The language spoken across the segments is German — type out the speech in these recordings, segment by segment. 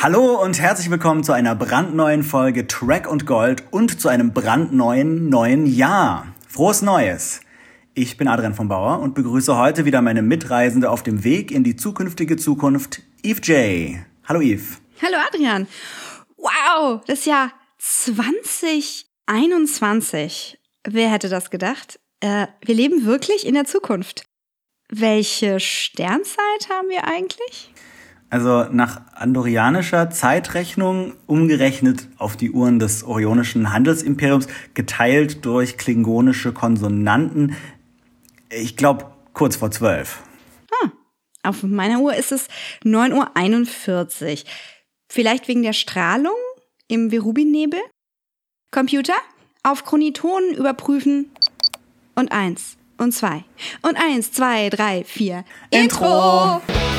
Hallo und herzlich willkommen zu einer brandneuen Folge Track und Gold und zu einem brandneuen neuen Jahr. Frohes Neues! Ich bin Adrian von Bauer und begrüße heute wieder meine Mitreisende auf dem Weg in die zukünftige Zukunft, Eve J. Hallo Eve. Hallo Adrian. Wow, das Jahr 2021. Wer hätte das gedacht? Wir leben wirklich in der Zukunft. Welche Sternzeit haben wir eigentlich? Also nach andorianischer Zeitrechnung umgerechnet auf die Uhren des Orionischen Handelsimperiums, geteilt durch klingonische Konsonanten. Ich glaube, kurz vor 12. Auf meiner Uhr ist es 9:41 Uhr. Vielleicht wegen der Strahlung im Verubin-Nebel? Computer, auf Chronitonen überprüfen. Und 1 und 2 und 1, 2, 3, 4. Intro!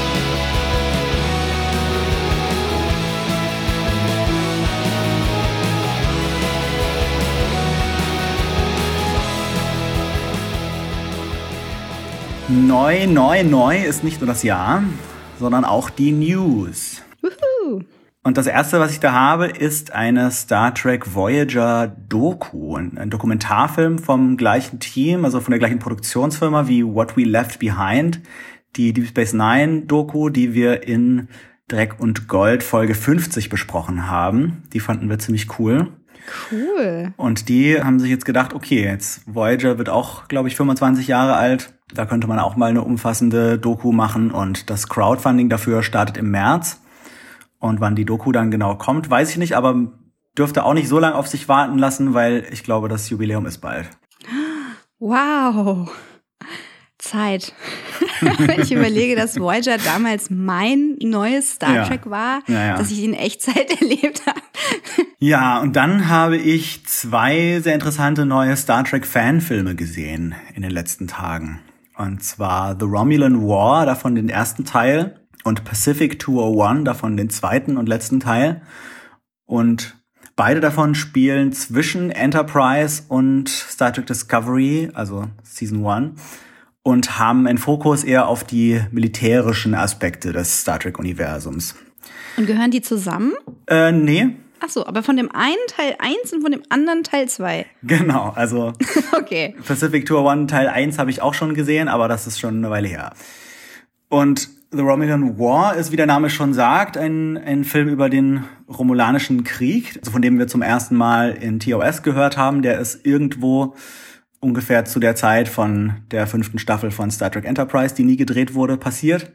Neu ist nicht nur das Jahr, sondern auch die News. Wuhu. Und das erste, was ich da habe, ist eine Star Trek Voyager Doku, ein Dokumentarfilm vom gleichen Team, also von der gleichen Produktionsfirma wie What We Left Behind, die Deep Space Nine Doku, die wir in Dreck und Gold Folge 50 besprochen haben. Die fanden wir ziemlich cool. Cool. Und die haben sich jetzt gedacht, okay, jetzt Voyager wird auch, glaube ich, 25 Jahre alt. Da könnte man auch mal eine umfassende Doku machen und das Crowdfunding dafür startet im März. Und wann die Doku dann genau kommt, weiß ich nicht, aber dürfte auch nicht so lange auf sich warten lassen, weil ich glaube, das Jubiläum ist bald. Wow. Zeit. Wenn ich überlege, dass Voyager damals mein neues Star Trek war, dass ich in Echtzeit erlebt habe. Ja, und dann habe ich 2 sehr interessante neue Star Trek Fanfilme gesehen in den letzten Tagen. Und zwar The Romulan War, davon den ersten Teil, und Pacific 201, davon den zweiten und letzten Teil. Und beide davon spielen zwischen Enterprise und Star Trek Discovery, also Season 1, und haben einen Fokus eher auf die militärischen Aspekte des Star Trek-Universums. Und gehören die zusammen? Nee. Ach so, aber von dem einen Teil 1 und von dem anderen Teil 2. Genau, also okay. Pacific 201 Teil 1 habe ich auch schon gesehen, aber das ist schon eine Weile her. Und The Romulan War ist, wie der Name schon sagt, ein Film über den Romulanischen Krieg, also von dem wir zum ersten Mal in TOS gehört haben. Der ist irgendwo ungefähr zu der Zeit von der 5. Staffel von Star Trek Enterprise, die nie gedreht wurde, passiert.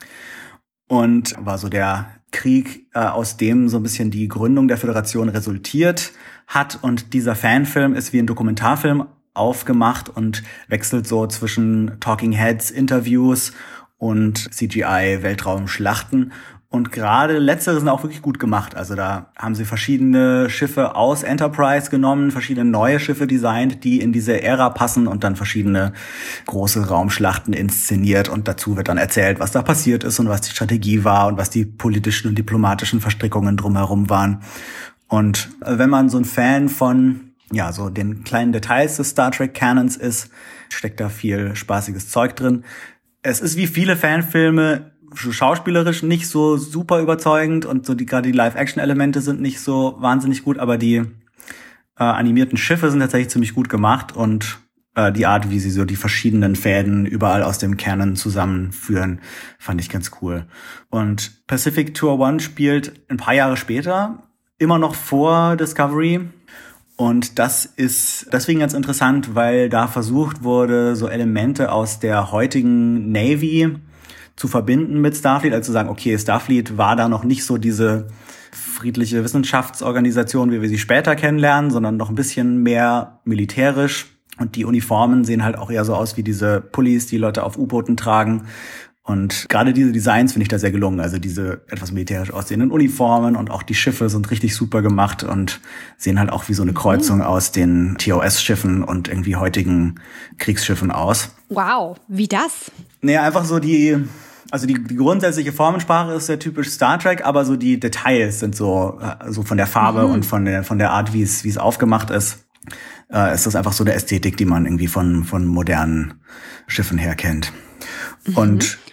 Und war so der Krieg, aus dem so ein bisschen die Gründung der Föderation resultiert hat. Und dieser Fanfilm ist wie ein Dokumentarfilm aufgemacht und wechselt so zwischen Talking Heads, Interviews und CGI-Weltraumschlachten. Und gerade letztere sind auch wirklich gut gemacht. Also da haben sie verschiedene Schiffe aus Enterprise genommen, verschiedene neue Schiffe designt, die in diese Ära passen und dann verschiedene große Raumschlachten inszeniert. Und dazu wird dann erzählt, was da passiert ist und was die Strategie war und was die politischen und diplomatischen Verstrickungen drumherum waren. Und wenn man so ein Fan von so den kleinen Details des Star Trek Canons ist, steckt da viel spaßiges Zeug drin. Es ist wie viele Fanfilme schauspielerisch nicht so super überzeugend und so gerade die Live-Action-Elemente sind nicht so wahnsinnig gut, aber die animierten Schiffe sind tatsächlich ziemlich gut gemacht und die Art, wie sie so die verschiedenen Fäden überall aus dem Canon zusammenführen, fand ich ganz cool. Und Pacific 201 spielt ein paar Jahre später, immer noch vor Discovery. Und das ist deswegen ganz interessant, weil da versucht wurde, so Elemente aus der heutigen Navy zu verbinden mit Starfleet, also zu sagen, okay, Starfleet war da noch nicht so diese friedliche Wissenschaftsorganisation, wie wir sie später kennenlernen, sondern noch ein bisschen mehr militärisch. Und die Uniformen sehen halt auch eher so aus wie diese Pullis, die Leute auf U-Booten tragen. Und gerade diese Designs finde ich da sehr gelungen. Also diese etwas militärisch aussehenden Uniformen und auch die Schiffe sind richtig super gemacht und sehen halt auch wie so eine Kreuzung aus den TOS-Schiffen und irgendwie heutigen Kriegsschiffen aus. Wow, wie das? Naja, einfach so die grundsätzliche Formensprache ist sehr typisch Star Trek, aber so die Details sind so von der Farbe und von der Art, wie es aufgemacht ist. Ist das einfach so eine Ästhetik, die man irgendwie von modernen Schiffen her kennt. Und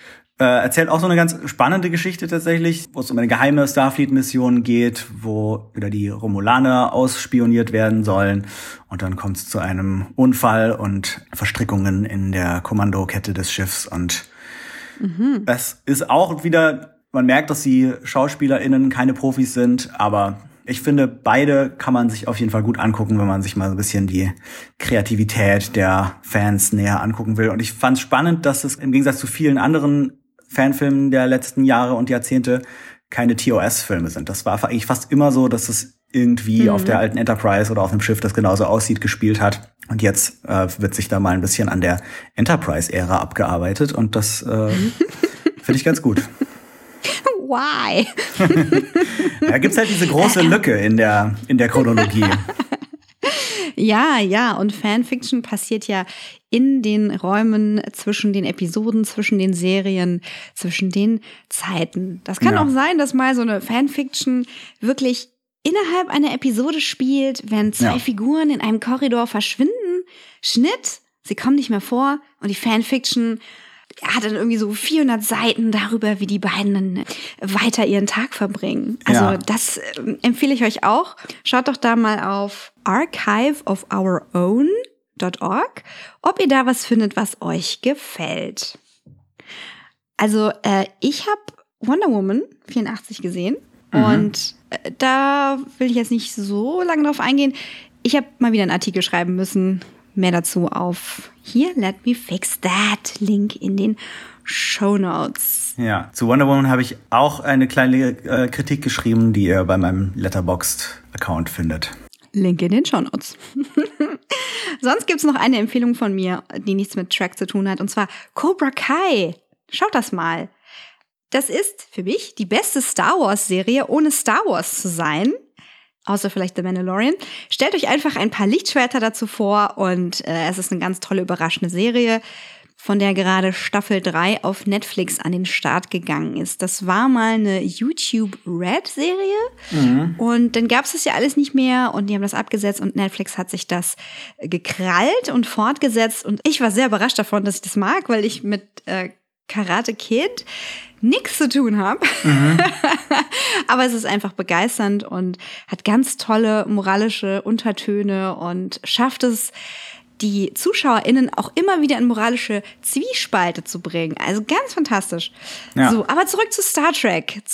Erzählt auch so eine ganz spannende Geschichte tatsächlich, wo es um eine geheime Starfleet-Mission geht, wo wieder die Romulaner ausspioniert werden sollen. Und dann kommt es zu einem Unfall und Verstrickungen in der Kommandokette des Schiffs. Und das ist auch wieder, man merkt, dass die SchauspielerInnen keine Profis sind, aber ich finde, beide kann man sich auf jeden Fall gut angucken, wenn man sich mal so ein bisschen die Kreativität der Fans näher angucken will. Und ich fand es spannend, dass es im Gegensatz zu vielen anderen Fanfilmen der letzten Jahre und Jahrzehnte keine TOS-Filme sind. Das war eigentlich fast immer so, dass es irgendwie auf der alten Enterprise oder auf einem Schiff, das genauso aussieht, gespielt hat. Und jetzt wird sich da mal ein bisschen an der Enterprise-Ära abgearbeitet. Und das finde ich ganz gut. Why? Da gibt's halt diese große Lücke in der Chronologie. Ja, und Fanfiction passiert ja in den Räumen zwischen den Episoden, zwischen den Serien, zwischen den Zeiten. Das kann auch sein, dass mal so eine Fanfiction wirklich innerhalb einer Episode spielt, wenn zwei Figuren in einem Korridor verschwinden. Schnitt, sie kommen nicht mehr vor und die Fanfiction hat dann irgendwie so 400 Seiten darüber, wie die beiden dann weiter ihren Tag verbringen. Also das empfehle ich euch auch. Schaut doch da mal auf archiveofourown.org, ob ihr da was findet, was euch gefällt. Also ich habe Wonder Woman 84 gesehen und da will ich jetzt nicht so lange drauf eingehen. Ich habe mal wieder einen Artikel schreiben müssen. Mehr dazu auf hier, let me fix that, Link in den Shownotes. Ja, zu Wonder Woman habe ich auch eine kleine Kritik geschrieben, die ihr bei meinem Letterboxd-Account findet. Link in den Shownotes. Sonst gibt's noch eine Empfehlung von mir, die nichts mit Track zu tun hat, und zwar Cobra Kai. Schaut das mal. Das ist für mich die beste Star Wars-Serie, ohne Star Wars zu sein. Außer vielleicht The Mandalorian. Stellt euch einfach ein paar Lichtschwerter dazu vor und es ist eine ganz tolle, überraschende Serie, von der gerade Staffel 3 auf Netflix an den Start gegangen ist. Das war mal eine YouTube-Red-Serie und dann gab es das ja alles nicht mehr und die haben das abgesetzt und Netflix hat sich das gekrallt und fortgesetzt und ich war sehr überrascht davon, dass ich das mag, weil ich mit Karate Kid nichts zu tun habe. Aber es ist einfach begeisternd und hat ganz tolle moralische Untertöne und schafft es, die ZuschauerInnen auch immer wieder in moralische Zwiespalte zu bringen. Also ganz fantastisch. Ja. So, aber zurück zu Star Trek.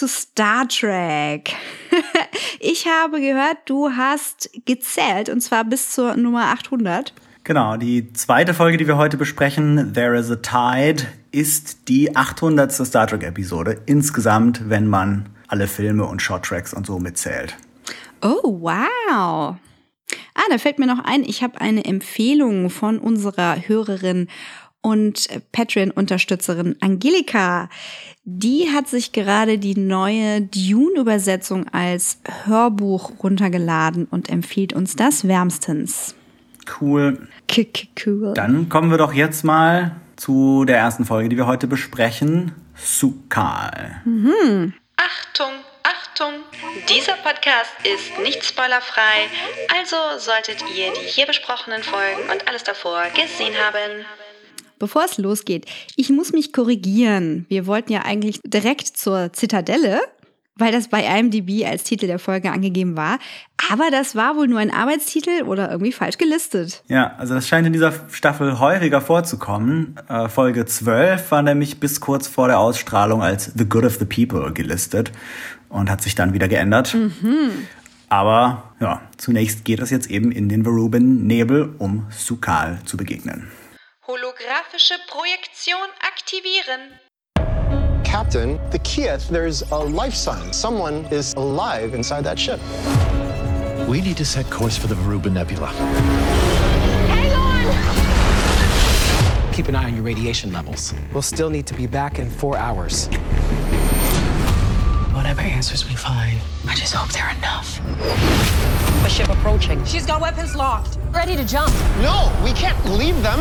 Ich habe gehört, du hast gezählt und zwar bis zur Nummer 800. Genau, die zweite Folge, die wir heute besprechen, There is a Tide, ist die 800. Star Trek-Episode insgesamt, wenn man alle Filme und Shorttracks und so mitzählt. Oh, wow. Da fällt mir noch ein, ich habe eine Empfehlung von unserer Hörerin und Patreon-Unterstützerin Angelika. Die hat sich gerade die neue Dune-Übersetzung als Hörbuch runtergeladen und empfiehlt uns das wärmstens. Cool. Cool. Dann kommen wir doch jetzt mal zu der ersten Folge, die wir heute besprechen. Su'Kal. Achtung, Achtung! Dieser Podcast ist nicht spoilerfrei, also solltet ihr die hier besprochenen Folgen und alles davor gesehen haben. Bevor es losgeht, ich muss mich korrigieren. Wir wollten ja eigentlich direkt zur Zitadelle, weil das bei IMDb als Titel der Folge angegeben war. Aber das war wohl nur ein Arbeitstitel oder irgendwie falsch gelistet. Ja, also das scheint in dieser Staffel häufiger vorzukommen. Folge 12 war nämlich bis kurz vor der Ausstrahlung als The Good of the People gelistet und hat sich dann wieder geändert. Aber ja, zunächst geht es jetzt eben in den Verubin-Nebel, um Su'Kal zu begegnen. Holographische Projektion aktivieren. Captain, the Kiev, there's a life sign. Someone is alive inside that ship. We need to set course for the Verubin Nebula. Hang on! Keep an eye on your radiation levels. We'll still need to be back in 4 hours. Whatever answers we find, I just hope they're enough. A ship approaching. She's got weapons locked. Ready to jump. No, we can't leave them.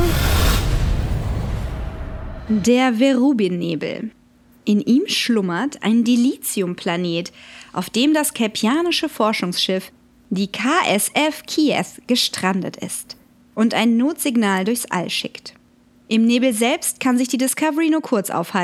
Der Verubin-Nebel. In ihm schlummert ein Dilithium-Planet, auf dem das kelpianische Forschungsschiff, die KSF Kiev, gestrandet ist und ein Notsignal durchs All schickt. Im Nebel selbst kann sich die Discovery nur kurz aufhalten,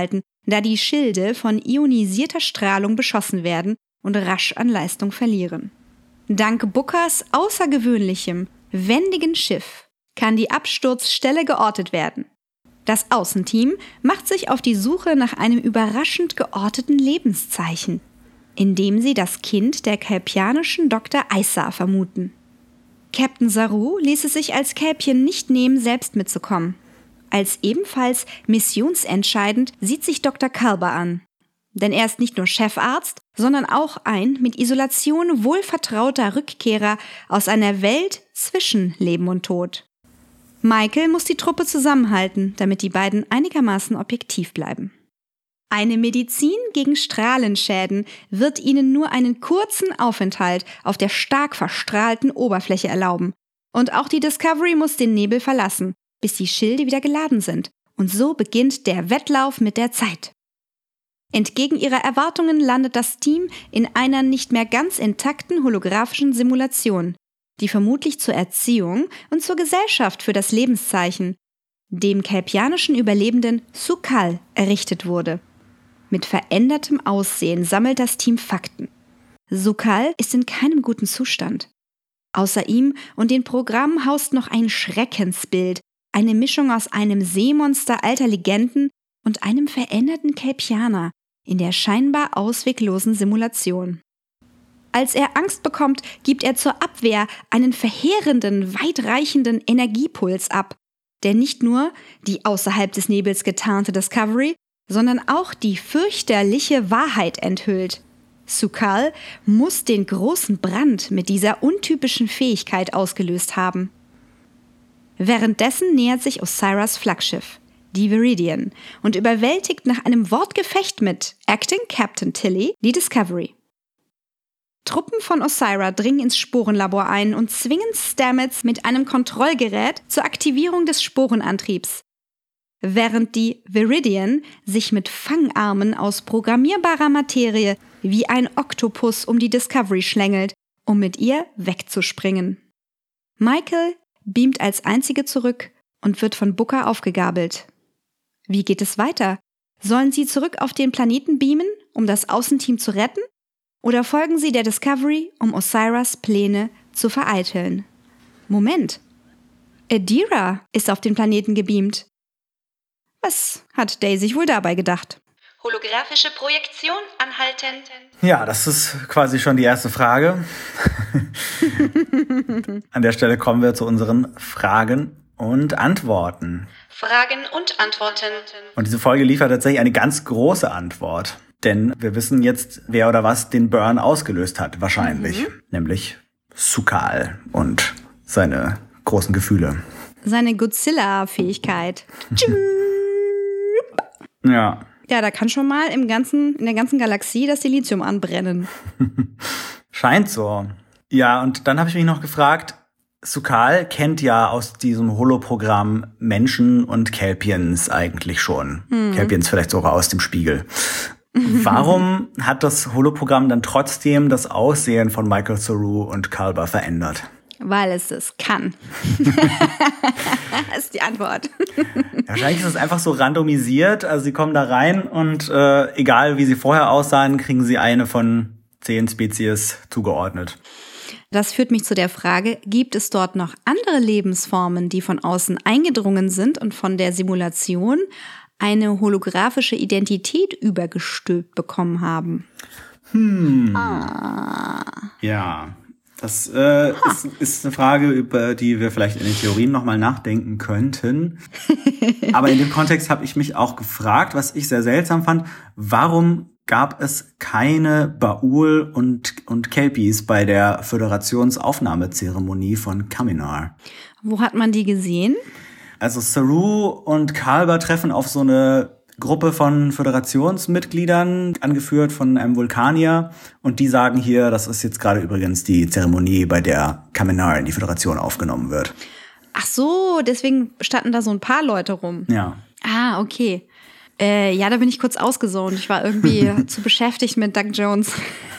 da die Schilde von ionisierter Strahlung beschossen werden und rasch an Leistung verlieren. Dank Bookers außergewöhnlichem, wendigen Schiff kann die Absturzstelle geortet werden. Das Außenteam macht sich auf die Suche nach einem überraschend georteten Lebenszeichen, indem sie das Kind der kelpianischen Dr. Issa vermuten. Captain Saru ließ es sich als Kälbchen nicht nehmen, selbst mitzukommen. Als ebenfalls missionsentscheidend sieht sich Dr. Culber an. Denn er ist nicht nur Chefarzt, sondern auch ein mit Isolation wohlvertrauter Rückkehrer aus einer Welt zwischen Leben und Tod. Michael muss die Truppe zusammenhalten, damit die beiden einigermaßen objektiv bleiben. Eine Medizin gegen Strahlenschäden wird ihnen nur einen kurzen Aufenthalt auf der stark verstrahlten Oberfläche erlauben. Und auch die Discovery muss den Nebel verlassen, bis die Schilde wieder geladen sind. Und so beginnt der Wettlauf mit der Zeit. Entgegen ihrer Erwartungen landet das Team in einer nicht mehr ganz intakten holographischen Simulation, die vermutlich zur Erziehung und zur Gesellschaft für das Lebenszeichen, dem kelpianischen Überlebenden Su'Kal, errichtet wurde. Mit verändertem Aussehen sammelt das Team Fakten. Su'Kal ist in keinem guten Zustand. Außer ihm und den Programmen haust noch ein Schreckensbild, eine Mischung aus einem Seemonster alter Legenden und einem veränderten Kelpianer in der scheinbar ausweglosen Simulation. Als er Angst bekommt, gibt er zur Abwehr einen verheerenden, weitreichenden Energiepuls ab, der nicht nur die außerhalb des Nebels getarnte Discovery, sondern auch die fürchterliche Wahrheit enthüllt. Su'Kal muss den großen Brand mit dieser untypischen Fähigkeit ausgelöst haben. Währenddessen nähert sich Osiris Flaggschiff, die Viridian, und überwältigt nach einem Wortgefecht mit Acting Captain Tilly die Discovery. Truppen von Osira dringen ins Sporenlabor ein und zwingen Stamets mit einem Kontrollgerät zur Aktivierung des Sporenantriebs, während die Viridian sich mit Fangarmen aus programmierbarer Materie wie ein Oktopus um die Discovery schlängelt, um mit ihr wegzuspringen. Michael beamt als Einzige zurück und wird von Booker aufgegabelt. Wie geht es weiter? Sollen sie zurück auf den Planeten beamen, um das Außenteam zu retten? Oder folgen sie der Discovery, um Osiris' Pläne zu vereiteln? Moment. Adira ist auf den Planeten gebeamt. Was hat Day sich wohl dabei gedacht? Holographische Projektion anhalten. Ja, das ist quasi schon die erste Frage. An der Stelle kommen wir zu unseren Fragen und Antworten. Fragen und Antworten. Und diese Folge liefert tatsächlich eine ganz große Antwort. Denn wir wissen jetzt, wer oder was den Burn ausgelöst hat, wahrscheinlich. Nämlich Su'Kal und seine großen Gefühle. Seine Godzilla-Fähigkeit. Ja. Ja, da kann schon mal in der ganzen Galaxie das Silizium anbrennen. Scheint so. Ja, und dann habe ich mich noch gefragt, Su'Kal kennt ja aus diesem Holoprogramm Menschen und Kelpiens eigentlich schon. Kelpiens vielleicht sogar aus dem Spiegel. Warum hat das Holoprogramm dann trotzdem das Aussehen von Michael Saru und Culber verändert? Weil es kann. Das ist die Antwort. Wahrscheinlich ist es einfach so randomisiert. Also sie kommen da rein und egal wie sie vorher aussahen, kriegen sie eine von 10 Spezies zugeordnet. Das führt mich zu der Frage, gibt es dort noch andere Lebensformen, die von außen eingedrungen sind und von der Simulation eine holographische Identität übergestülpt bekommen haben? Ja, das ist eine Frage, über die wir vielleicht in den Theorien nochmal nachdenken könnten. Aber in dem Kontext habe ich mich auch gefragt, was ich sehr seltsam fand, warum gab es keine Ba'ul und Kelpies bei der Föderationsaufnahmezeremonie von Kaminar? Wo hat man die gesehen? Also Saru und Culber treffen auf so eine Gruppe von Föderationsmitgliedern, angeführt von einem Vulkanier. Und die sagen hier, das ist jetzt gerade übrigens die Zeremonie, bei der Kaminar in die Föderation aufgenommen wird. Ach so, deswegen standen da so ein paar Leute rum. Ja. Ah, okay. Ja, da bin ich kurz ausgesaunt. Ich war irgendwie zu beschäftigt mit Doug Jones.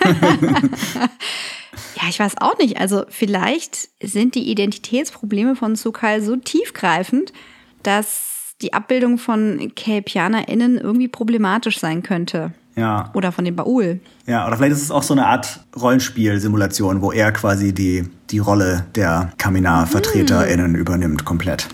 Ja, ich weiß auch nicht. Also vielleicht sind die Identitätsprobleme von Su'Kal so tiefgreifend, dass die Abbildung von KelpianerInnen irgendwie problematisch sein könnte. Ja. Oder von dem Ba'ul. Ja, oder vielleicht ist es auch so eine Art Rollenspiel-Simulation, wo er quasi die Rolle der Kaminar-VertreterInnen übernimmt komplett.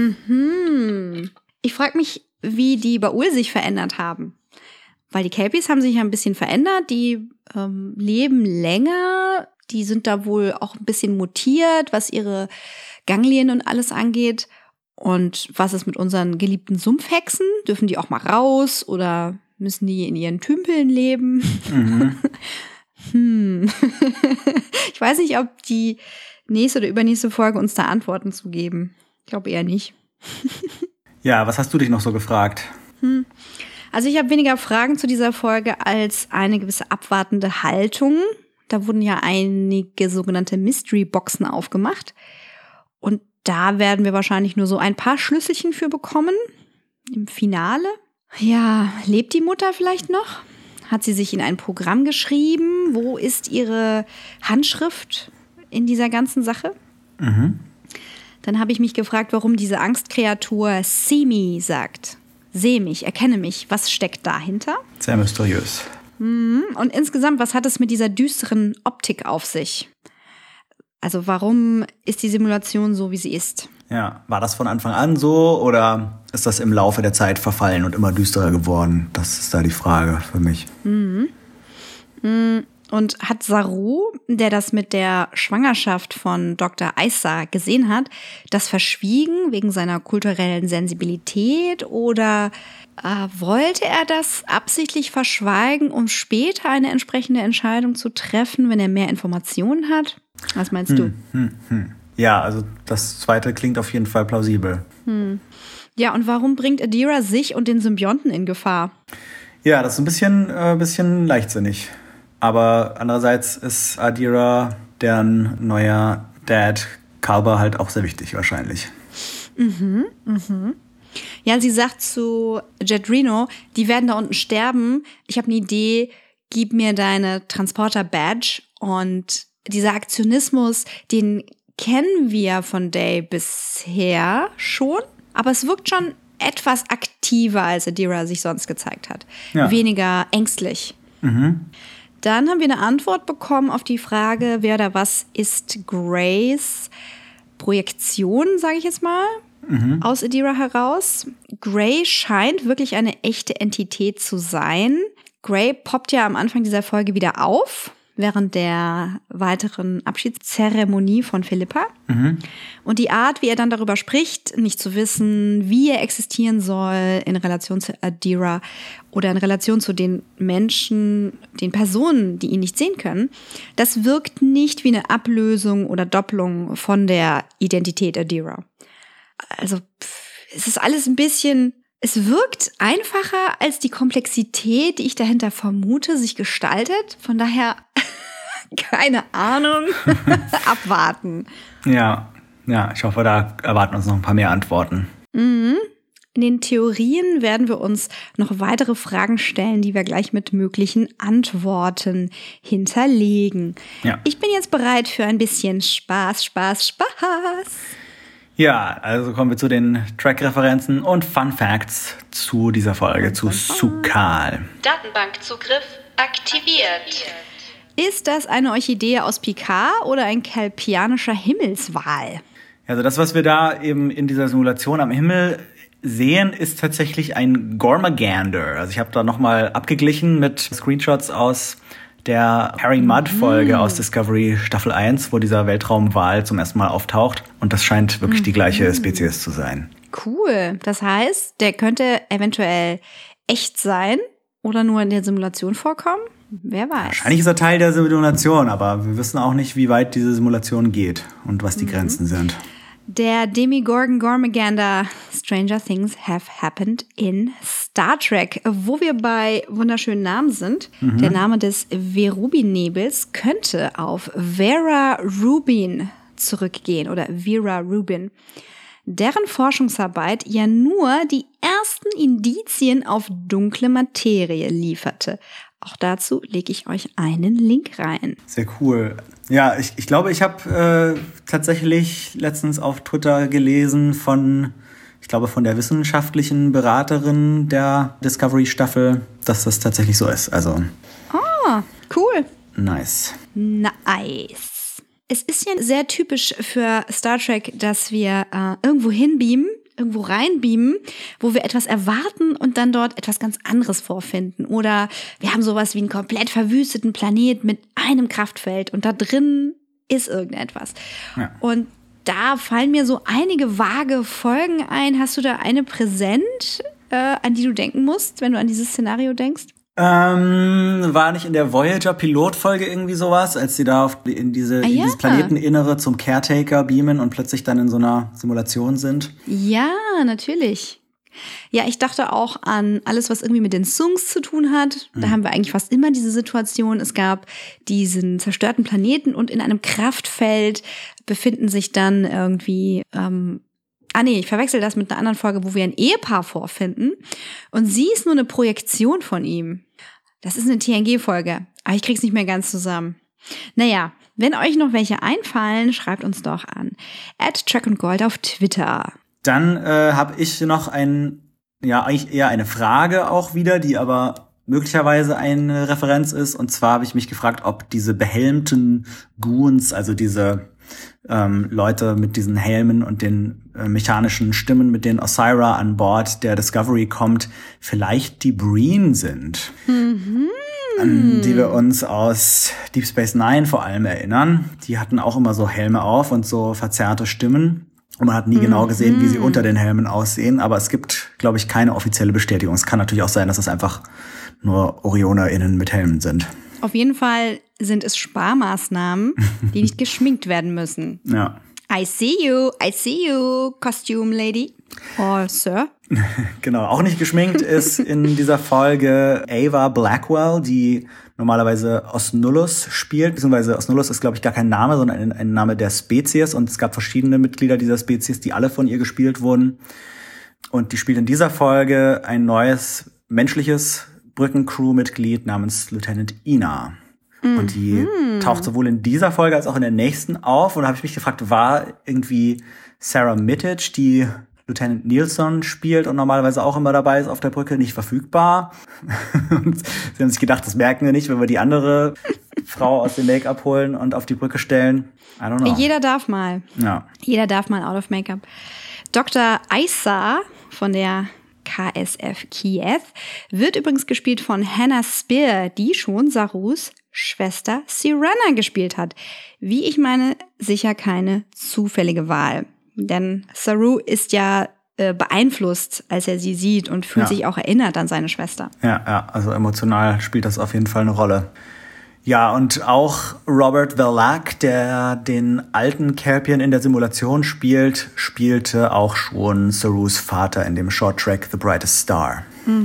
Ich frage mich, wie die Ba'ul sich verändert haben. Weil die Kelpies haben sich ja ein bisschen verändert, die leben länger, die sind da wohl auch ein bisschen mutiert, was ihre Ganglien und alles angeht. Und was ist mit unseren geliebten Sumpfhexen? Dürfen die auch mal raus oder müssen die in ihren Tümpeln leben? Ich weiß nicht, ob die nächste oder übernächste Folge uns da Antworten zu geben. Ich glaube eher nicht. Ja, was hast du dich noch so gefragt? Also ich habe weniger Fragen zu dieser Folge als eine gewisse abwartende Haltung. Da wurden ja einige sogenannte Mystery-Boxen aufgemacht. Und da werden wir wahrscheinlich nur so ein paar Schlüsselchen für bekommen. Im Finale. Ja, lebt die Mutter vielleicht noch? Hat sie sich in ein Programm geschrieben? Wo ist ihre Handschrift in dieser ganzen Sache? Dann habe ich mich gefragt, warum diese Angstkreatur See me sagt. Seh mich, erkenne mich. Was steckt dahinter? Sehr mysteriös. Und insgesamt, was hat es mit dieser düsteren Optik auf sich? Also warum ist die Simulation so, wie sie ist? Ja, war das von Anfang an so oder ist das im Laufe der Zeit verfallen und immer düsterer geworden? Das ist da die Frage für mich. Und hat Saru, der das mit der Schwangerschaft von Dr. Issa gesehen hat, das verschwiegen wegen seiner kulturellen Sensibilität oder wollte er das absichtlich verschweigen, um später eine entsprechende Entscheidung zu treffen, wenn er mehr Informationen hat? Was meinst du? Ja, also das Zweite klingt auf jeden Fall plausibel. Ja, und warum bringt Adira sich und den Symbionten in Gefahr? Ja, das ist ein bisschen leichtsinnig. Aber andererseits ist Adira, deren neuer Dad, Kalber, halt auch sehr wichtig wahrscheinlich. Ja, sie sagt zu Jet Reno, die werden da unten sterben. Ich habe eine Idee, gib mir deine Transporter-Badge. Und dieser Aktionismus, den kennen wir von Day bisher schon. Aber es wirkt schon etwas aktiver, als Adira sich sonst gezeigt hat. Ja. Weniger ängstlich. Dann haben wir eine Antwort bekommen auf die Frage, wer oder was ist Grays Projektion, sage ich jetzt mal, aus Adira heraus. Gray scheint wirklich eine echte Entität zu sein. Gray poppt ja am Anfang dieser Folge wieder auf, während der weiteren Abschiedszeremonie von Philippa. Und die Art, wie er dann darüber spricht, nicht zu wissen, wie er existieren soll in Relation zu Adira oder in Relation zu den Menschen, den Personen, die ihn nicht sehen können, das wirkt nicht wie eine Ablösung oder Doppelung von der Identität Adira. Also es ist alles ein bisschen, es wirkt einfacher, als die Komplexität, die ich dahinter vermute, sich gestaltet. Von daher, keine Ahnung, abwarten. Ja, ich hoffe, da erwarten uns noch ein paar mehr Antworten. In den Theorien werden wir uns noch weitere Fragen stellen, die wir gleich mit möglichen Antworten hinterlegen. Ja. Ich bin jetzt bereit für ein bisschen Spaß. Ja, also kommen wir zu den Track-Referenzen und Fun Facts zu dieser Folge, zu Su'Kal. Datenbankzugriff aktiviert. Ist das eine Orchidee aus Picard oder ein kelpianischer Himmelswal? Also das, was wir da eben in dieser Simulation am Himmel sehen, ist tatsächlich ein Gormagander. Also ich habe da nochmal abgeglichen mit Screenshots aus der Harry Mudd-Folge aus Discovery Staffel 1, wo dieser Weltraumwal zum ersten Mal auftaucht. Und das scheint wirklich die gleiche Spezies zu sein. Cool. Das heißt, der könnte eventuell echt sein oder nur in der Simulation vorkommen? Wer weiß. Wahrscheinlich ist er Teil der Simulation, aber wir wissen auch nicht, wie weit diese Simulation geht und was die Grenzen sind. Der Demigorgon Gormagander Stranger Things Have Happened in Star Trek. Wo wir bei wunderschönen Namen sind, der Name des Verubin-Nebels könnte auf Vera Rubin zurückgehen oder Vera Rubin, deren Forschungsarbeit ja nur die ersten Indizien auf dunkle Materie lieferte. Auch dazu lege ich euch einen Link rein. Sehr cool. Ja, ich glaube, ich habe tatsächlich letztens auf Twitter gelesen von ich glaube von der wissenschaftlichen Beraterin der Discovery-Staffel, dass das tatsächlich so ist. Also. Cool. Nice. Nice. Es ist ja sehr typisch für Star Trek, dass wir irgendwo hinbeamen, irgendwo reinbeamen, wo wir etwas erwarten und dann dort etwas ganz anderes vorfinden. Oder wir haben sowas wie einen komplett verwüsteten Planet mit einem Kraftfeld und da drin ist irgendetwas. Ja. Und da fallen mir so einige vage Folgen ein. Hast du da eine präsent, an die du denken musst, wenn du an dieses Szenario denkst? War nicht in der Voyager-Pilotfolge irgendwie sowas, als sie da in dieses Planeteninnere zum Caretaker beamen und plötzlich dann in so einer Simulation sind? Ja, natürlich. Ja, ich dachte auch an alles, was irgendwie mit den Sungs zu tun hat. Da haben wir eigentlich fast immer diese Situation. Es gab diesen zerstörten Planeten und in einem Kraftfeld befinden sich dann irgendwie ich verwechsel das mit einer anderen Folge, wo wir ein Ehepaar vorfinden. Und sie ist nur eine Projektion von ihm. Das ist eine TNG-Folge. Aber ich krieg's nicht mehr ganz zusammen. Naja, wenn euch noch welche einfallen, schreibt uns doch an. @TrekandGold auf Twitter. Dann habe ich noch eigentlich eher eine Frage auch wieder, die aber möglicherweise eine Referenz ist. Und zwar habe ich mich gefragt, ob diese behelmten Goons, also diese Leute mit diesen Helmen und den mechanischen Stimmen, mit denen Osyraa an Bord der Discovery kommt, vielleicht die Breen sind, an die wir uns aus Deep Space Nine vor allem erinnern. Die hatten auch immer so Helme auf und so verzerrte Stimmen. Und man hat nie genau gesehen, wie sie unter den Helmen aussehen. Aber es gibt, glaube ich, keine offizielle Bestätigung. Es kann natürlich auch sein, dass es einfach nur OrionerInnen mit Helmen sind. Auf jeden Fall sind es Sparmaßnahmen, die nicht geschminkt werden müssen. Ja. I see you, Costume Lady. Oh, Sir. Genau, auch nicht geschminkt ist in dieser Folge Ava Blackwell, die normalerweise Osnullus spielt, beziehungsweise Osnullus ist, glaube ich, gar kein Name, sondern ein Name der Spezies und es gab verschiedene Mitglieder dieser Spezies, die alle von ihr gespielt wurden. Und die spielt in dieser Folge ein neues menschliches Brückencrew-Mitglied namens Lieutenant Ina. Und die taucht sowohl in dieser Folge als auch in der nächsten auf. Und da habe ich mich gefragt, war irgendwie Sarah Mittich, die Lieutenant Nilsson spielt und normalerweise auch immer dabei ist auf der Brücke, nicht verfügbar? Und sie haben sich gedacht, das merken wir nicht, wenn wir die andere Frau aus dem Make-up holen und auf die Brücke stellen. I don't know. Jeder darf mal. Ja. Jeder darf mal out of Make-up. Dr. Issa von der KSF Kiev wird übrigens gespielt von Hannah Spear, die schon Sarus Schwester Sirena gespielt hat. Wie ich meine, sicher keine zufällige Wahl. Denn Saru ist ja beeinflusst, als er sie sieht und fühlt sich auch erinnert an seine Schwester. Ja, also emotional spielt das auf jeden Fall eine Rolle. Ja, und auch Robert Verlaque, der den alten Kelpian in der Simulation spielt, spielte auch schon Sarus Vater in dem Shorttrack The Brightest Star.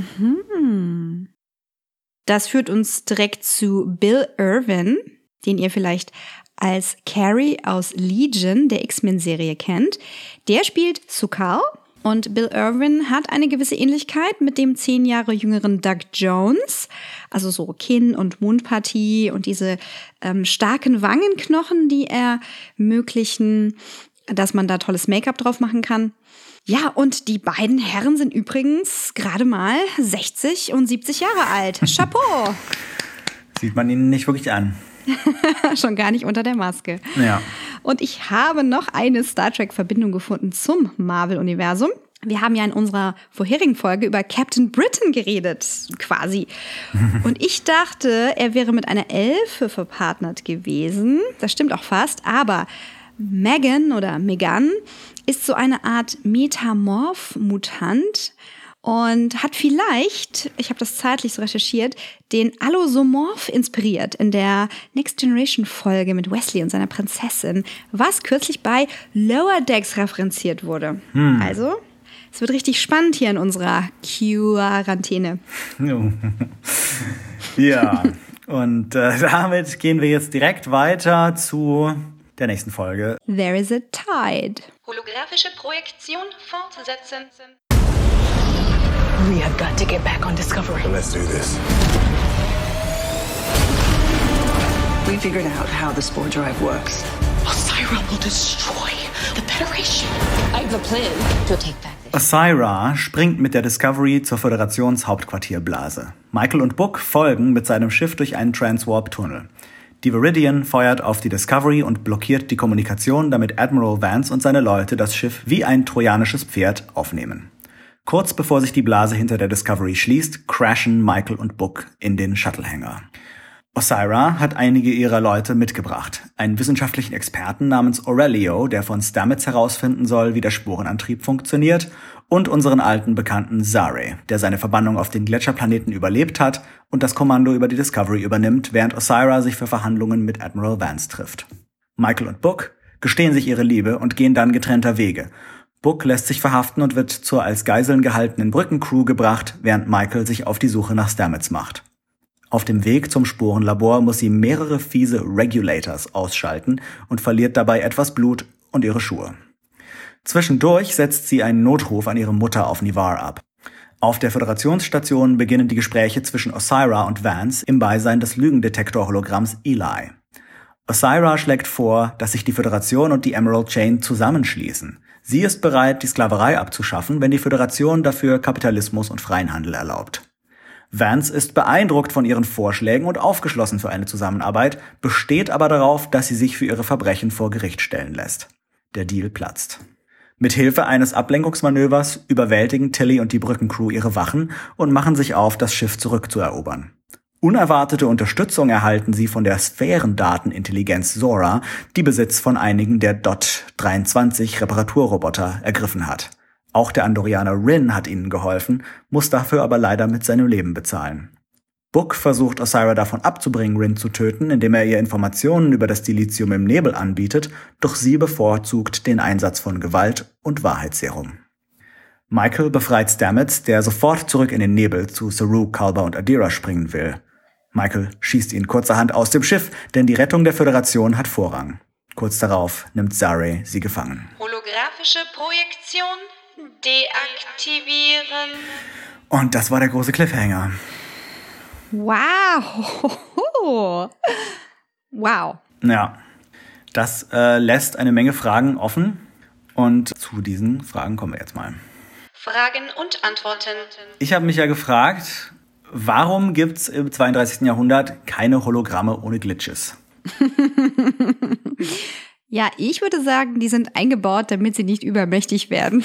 Das führt uns direkt zu Bill Irwin, den ihr vielleicht als Carrie aus Legion, der X-Men-Serie, kennt. Der spielt Su'Kal und Bill Irwin hat eine gewisse Ähnlichkeit mit dem 10 Jahre jüngeren Doug Jones. Also so Kinn- und Mundpartie und diese starken Wangenknochen, die ermöglichen, dass man da tolles Make-up drauf machen kann. Ja, und die beiden Herren sind übrigens gerade mal 60 und 70 Jahre alt. Chapeau! Sieht man ihnen nicht wirklich an. Schon gar nicht unter der Maske. Ja. Und ich habe noch eine Star Trek-Verbindung gefunden zum Marvel-Universum. Wir haben ja in unserer vorherigen Folge über Captain Britain geredet, quasi. Und ich dachte, er wäre mit einer Elfe verpartnert gewesen. Das stimmt auch fast, aber Megan ist so eine Art Metamorph-Mutant und hat vielleicht, ich habe das zeitlich so recherchiert, den Allosomorph inspiriert in der Next Generation Folge mit Wesley und seiner Prinzessin, was kürzlich bei Lower Decks referenziert wurde. Also, es wird richtig spannend hier in unserer Quarantäne. Ja, und damit gehen wir jetzt direkt weiter zu der nächsten Folge. There is a Tide. Holographische Projektion fortsetzen. We have got to get back on Discovery. Let's do this. We figured out how the spore drive works. Osyraa will destroy the Federation. I have a plan to take back the Osyraa springt mit der Discovery zur Föderationshauptquartierblase. Michael und Book folgen mit seinem Schiff durch einen Transwarp-Tunnel. Die Viridian feuert auf die Discovery und blockiert die Kommunikation, damit Admiral Vance und seine Leute das Schiff wie ein trojanisches Pferd aufnehmen. Kurz bevor sich die Blase hinter der Discovery schließt, crashen Michael und Book in den Shuttle-Hangar. Osyraa hat einige ihrer Leute mitgebracht. Einen wissenschaftlichen Experten namens Aurelio, der von Stamets herausfinden soll, wie der Spurenantrieb funktioniert, und unseren alten Bekannten Zare, der seine Verbannung auf den Gletscherplaneten überlebt hat und das Kommando über die Discovery übernimmt, während Osyraa sich für Verhandlungen mit Admiral Vance trifft. Michael und Book gestehen sich ihre Liebe und gehen dann getrennter Wege. Book lässt sich verhaften und wird zur als Geiseln gehaltenen Brückencrew gebracht, während Michael sich auf die Suche nach Stamets macht. Auf dem Weg zum Spurenlabor muss sie mehrere fiese Regulators ausschalten und verliert dabei etwas Blut und ihre Schuhe. Zwischendurch setzt sie einen Notruf an ihre Mutter auf Ni'Var ab. Auf der Föderationsstation beginnen die Gespräche zwischen Osyraa und Vance im Beisein des Lügendetektor-Hologramms Eli. Osyraa schlägt vor, dass sich die Föderation und die Emerald Chain zusammenschließen. Sie ist bereit, die Sklaverei abzuschaffen, wenn die Föderation dafür Kapitalismus und freien Handel erlaubt. Vance ist beeindruckt von ihren Vorschlägen und aufgeschlossen für eine Zusammenarbeit, besteht aber darauf, dass sie sich für ihre Verbrechen vor Gericht stellen lässt. Der Deal platzt. Mit Hilfe eines Ablenkungsmanövers überwältigen Tilly und die Brückencrew ihre Wachen und machen sich auf, das Schiff zurückzuerobern. Unerwartete Unterstützung erhalten sie von der Sphärendatenintelligenz Zora, die Besitz von einigen der DOT-23 Reparaturroboter ergriffen hat. Auch der Andorianer Rin hat ihnen geholfen, muss dafür aber leider mit seinem Leben bezahlen. Book versucht Osyraa davon abzubringen, Rin zu töten, indem er ihr Informationen über das Dilithium im Nebel anbietet, doch sie bevorzugt den Einsatz von Gewalt und Wahrheitsserum. Michael befreit Stamets, der sofort zurück in den Nebel zu Saru, Culber und Adira springen will. Michael schießt ihn kurzerhand aus dem Schiff, denn die Rettung der Föderation hat Vorrang. Kurz darauf nimmt Zare sie gefangen. Holographische Projektion deaktivieren. Und das war der große Cliffhanger. Wow. Wow. Ja, das lässt eine Menge Fragen offen. Und zu diesen Fragen kommen wir jetzt mal. Fragen und Antworten. Ich habe mich ja gefragt, warum gibt's im 32. Jahrhundert keine Hologramme ohne Glitches? Ja, ich würde sagen, die sind eingebaut, damit sie nicht übermächtig werden.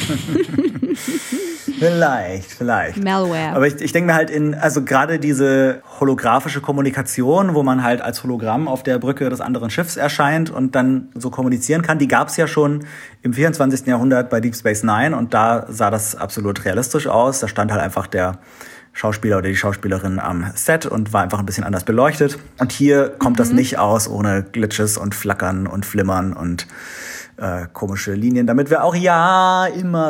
Vielleicht. Malware. Aber ich denke mir halt also gerade diese holographische Kommunikation, wo man halt als Hologramm auf der Brücke des anderen Schiffs erscheint und dann so kommunizieren kann, die gab's ja schon im 24. Jahrhundert bei Deep Space Nine und da sah das absolut realistisch aus. Da stand halt einfach der Schauspieler oder die Schauspielerin am Set und war einfach ein bisschen anders beleuchtet. Und hier kommt das nicht aus ohne Glitches und Flackern und Flimmern und komische Linien, damit wir auch immer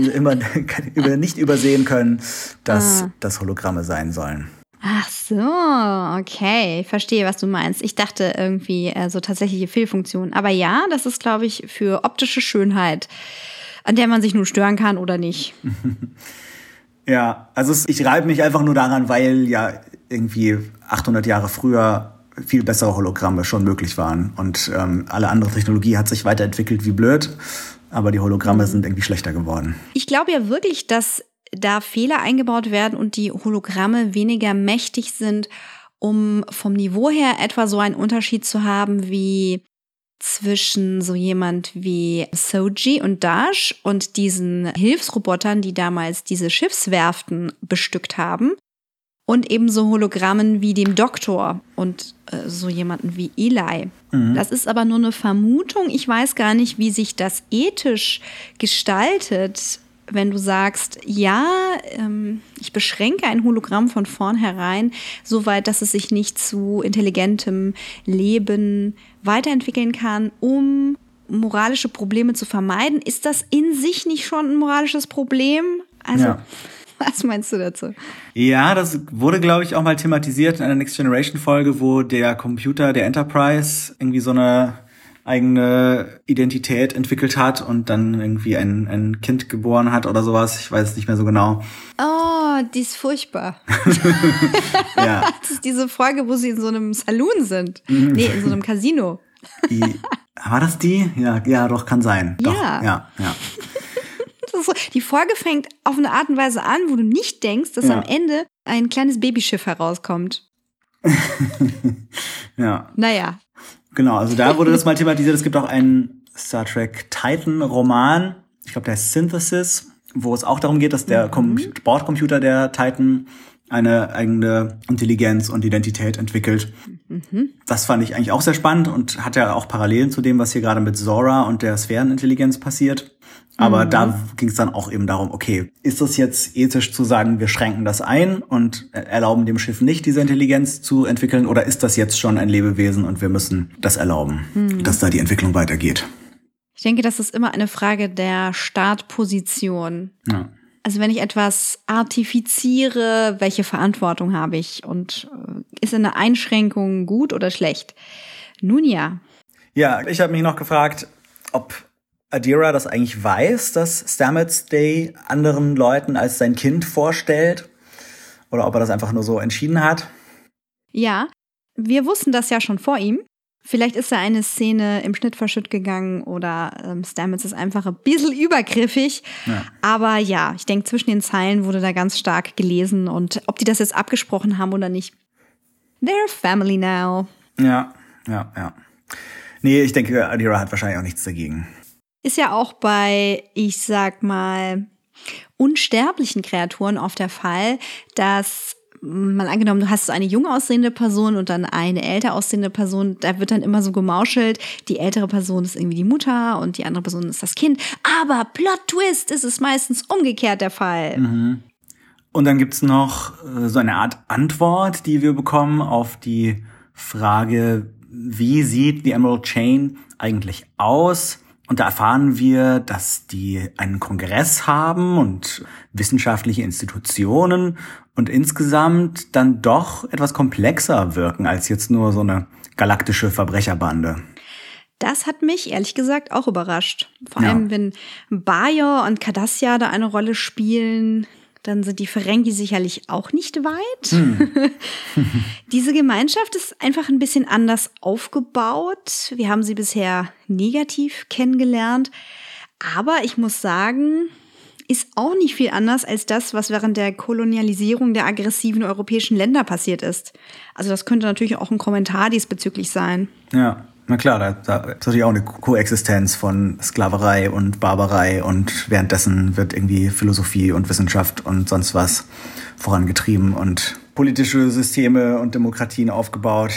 nicht übersehen können, dass das Hologramme sein sollen. Ach so, okay. Ich verstehe, was du meinst. Ich dachte irgendwie so tatsächliche Fehlfunktionen. Aber ja, das ist, glaube ich, für optische Schönheit, an der man sich nur stören kann oder nicht. Ja, also ich reibe mich einfach nur daran, weil ja irgendwie 800 Jahre früher viel bessere Hologramme schon möglich waren. Und alle andere Technologie hat sich weiterentwickelt wie blöd, aber die Hologramme sind irgendwie schlechter geworden. Ich glaube ja wirklich, dass da Fehler eingebaut werden und die Hologramme weniger mächtig sind, um vom Niveau her etwa so einen Unterschied zu haben wie zwischen so jemand wie Soji und Dash und diesen Hilfsrobotern, die damals diese Schiffswerften bestückt haben. Und ebenso Hologrammen wie dem Doktor und so jemanden wie Eli. Das ist aber nur eine Vermutung. Ich weiß gar nicht, wie sich das ethisch gestaltet, wenn du sagst, ja, ich beschränke ein Hologramm von vornherein, soweit, dass es sich nicht zu intelligentem Leben weiterentwickeln kann, um moralische Probleme zu vermeiden. Ist das in sich nicht schon ein moralisches Problem? Also, ja. Was meinst du dazu? Ja, das wurde, glaube ich, auch mal thematisiert in einer Next Generation Folge, wo der Computer der Enterprise irgendwie so eine eigene Identität entwickelt hat und dann irgendwie ein Kind geboren hat oder sowas. Ich weiß es nicht mehr so genau. Oh, die ist furchtbar. Ja. Das ist diese Folge, wo sie in so einem Saloon sind. Nee, in so einem Casino. War das die? Ja, doch, kann sein. Doch, ja. Ja. Das ist so, die Folge fängt auf eine Art und Weise an, wo du nicht denkst, dass am Ende ein kleines Babyschiff herauskommt. Ja. Naja. Genau, also da wurde das mal thematisiert. Es gibt auch einen Star Trek Titan-Roman, ich glaube, der heißt Synthesis, wo es auch darum geht, dass der Bordcomputer der Titan eine eigene Intelligenz und Identität entwickelt. Das fand ich eigentlich auch sehr spannend und hat ja auch Parallelen zu dem, was hier gerade mit Zora und der Sphärenintelligenz passiert. Aber da ging es dann auch eben darum, okay, ist es jetzt ethisch zu sagen, wir schränken das ein und erlauben dem Schiff nicht, diese Intelligenz zu entwickeln, oder ist das jetzt schon ein Lebewesen und wir müssen das erlauben, dass da die Entwicklung weitergeht? Ich denke, das ist immer eine Frage der Startposition. Ja. Also wenn ich etwas artifiziere, welche Verantwortung habe ich? Und ist eine Einschränkung gut oder schlecht? Nun ja. Ja, ich habe mich noch gefragt, ob Adira das eigentlich weiß, dass Stamets Day anderen Leuten als sein Kind vorstellt. Oder ob er das einfach nur so entschieden hat. Ja, wir wussten das ja schon vor ihm. Vielleicht ist da eine Szene im Schnitt verschütt gegangen oder Stamets ist einfach ein bisschen übergriffig. Ja. Aber ja, ich denke, zwischen den Zeilen wurde da ganz stark gelesen. Und ob die das jetzt abgesprochen haben oder nicht, they're a family now. Ja. Nee, ich denke, Adira hat wahrscheinlich auch nichts dagegen. Ist ja auch bei, ich sag mal, unsterblichen Kreaturen oft der Fall, dass mal angenommen, du hast so eine jung aussehende Person und dann eine älter aussehende Person, da wird dann immer so gemauschelt, die ältere Person ist irgendwie die Mutter und die andere Person ist das Kind. Aber Plot Twist, ist es meistens umgekehrt der Fall. Mhm. Und dann gibt's noch so eine Art Antwort, die wir bekommen auf die Frage, wie sieht die Emerald Chain eigentlich aus? Und da erfahren wir, dass die einen Kongress haben und wissenschaftliche Institutionen und insgesamt dann doch etwas komplexer wirken als jetzt nur so eine galaktische Verbrecherbande. Das hat mich ehrlich gesagt auch überrascht. Vor allem, wenn Bajor und Cardassia da eine Rolle spielen, dann sind die Ferengi sicherlich auch nicht weit. Diese Gemeinschaft ist einfach ein bisschen anders aufgebaut. Wir haben sie bisher negativ kennengelernt. Aber ich muss sagen, ist auch nicht viel anders als das, was während der Kolonialisierung der aggressiven europäischen Länder passiert ist. Also das könnte natürlich auch ein Kommentar diesbezüglich sein. Ja, na klar, da ist natürlich auch eine Koexistenz von Sklaverei und Barbarei und währenddessen wird irgendwie Philosophie und Wissenschaft und sonst was vorangetrieben und politische Systeme und Demokratien aufgebaut.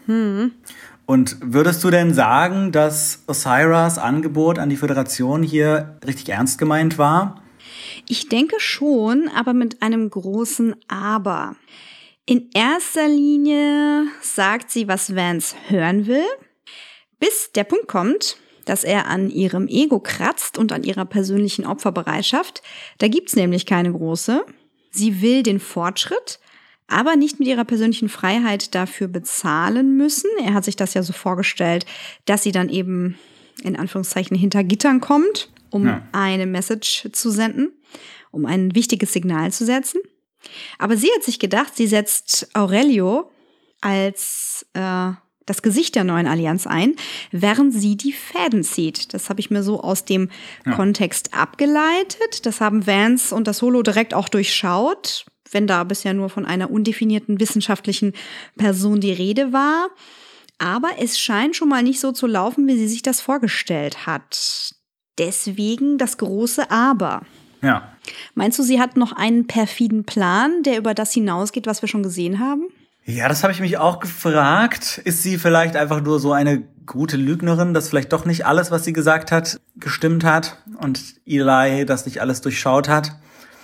Und würdest du denn sagen, dass Osairas Angebot an die Föderation hier richtig ernst gemeint war? Ich denke schon, aber mit einem großen Aber. In erster Linie sagt sie, was Vance hören will, bis der Punkt kommt, dass er an ihrem Ego kratzt und an ihrer persönlichen Opferbereitschaft. Da gibt's nämlich keine große. Sie will den Fortschritt, aber nicht mit ihrer persönlichen Freiheit dafür bezahlen müssen. Er hat sich das ja so vorgestellt, dass sie dann eben in Anführungszeichen hinter Gittern kommt, um eine Message zu senden, um ein wichtiges Signal zu setzen. Aber sie hat sich gedacht, sie setzt Aurelio als das Gesicht der neuen Allianz ein, während sie die Fäden zieht. Das habe ich mir so aus dem Kontext abgeleitet. Das haben Vance und das Holo direkt auch durchschaut, wenn da bisher nur von einer undefinierten wissenschaftlichen Person die Rede war. Aber es scheint schon mal nicht so zu laufen, wie sie sich das vorgestellt hat. Deswegen das große Aber. Ja. Meinst du, sie hat noch einen perfiden Plan, der über das hinausgeht, was wir schon gesehen haben? Ja, das habe ich mich auch gefragt. Ist sie vielleicht einfach nur so eine gute Lügnerin, dass vielleicht doch nicht alles, was sie gesagt hat, gestimmt hat und Eli das nicht alles durchschaut hat?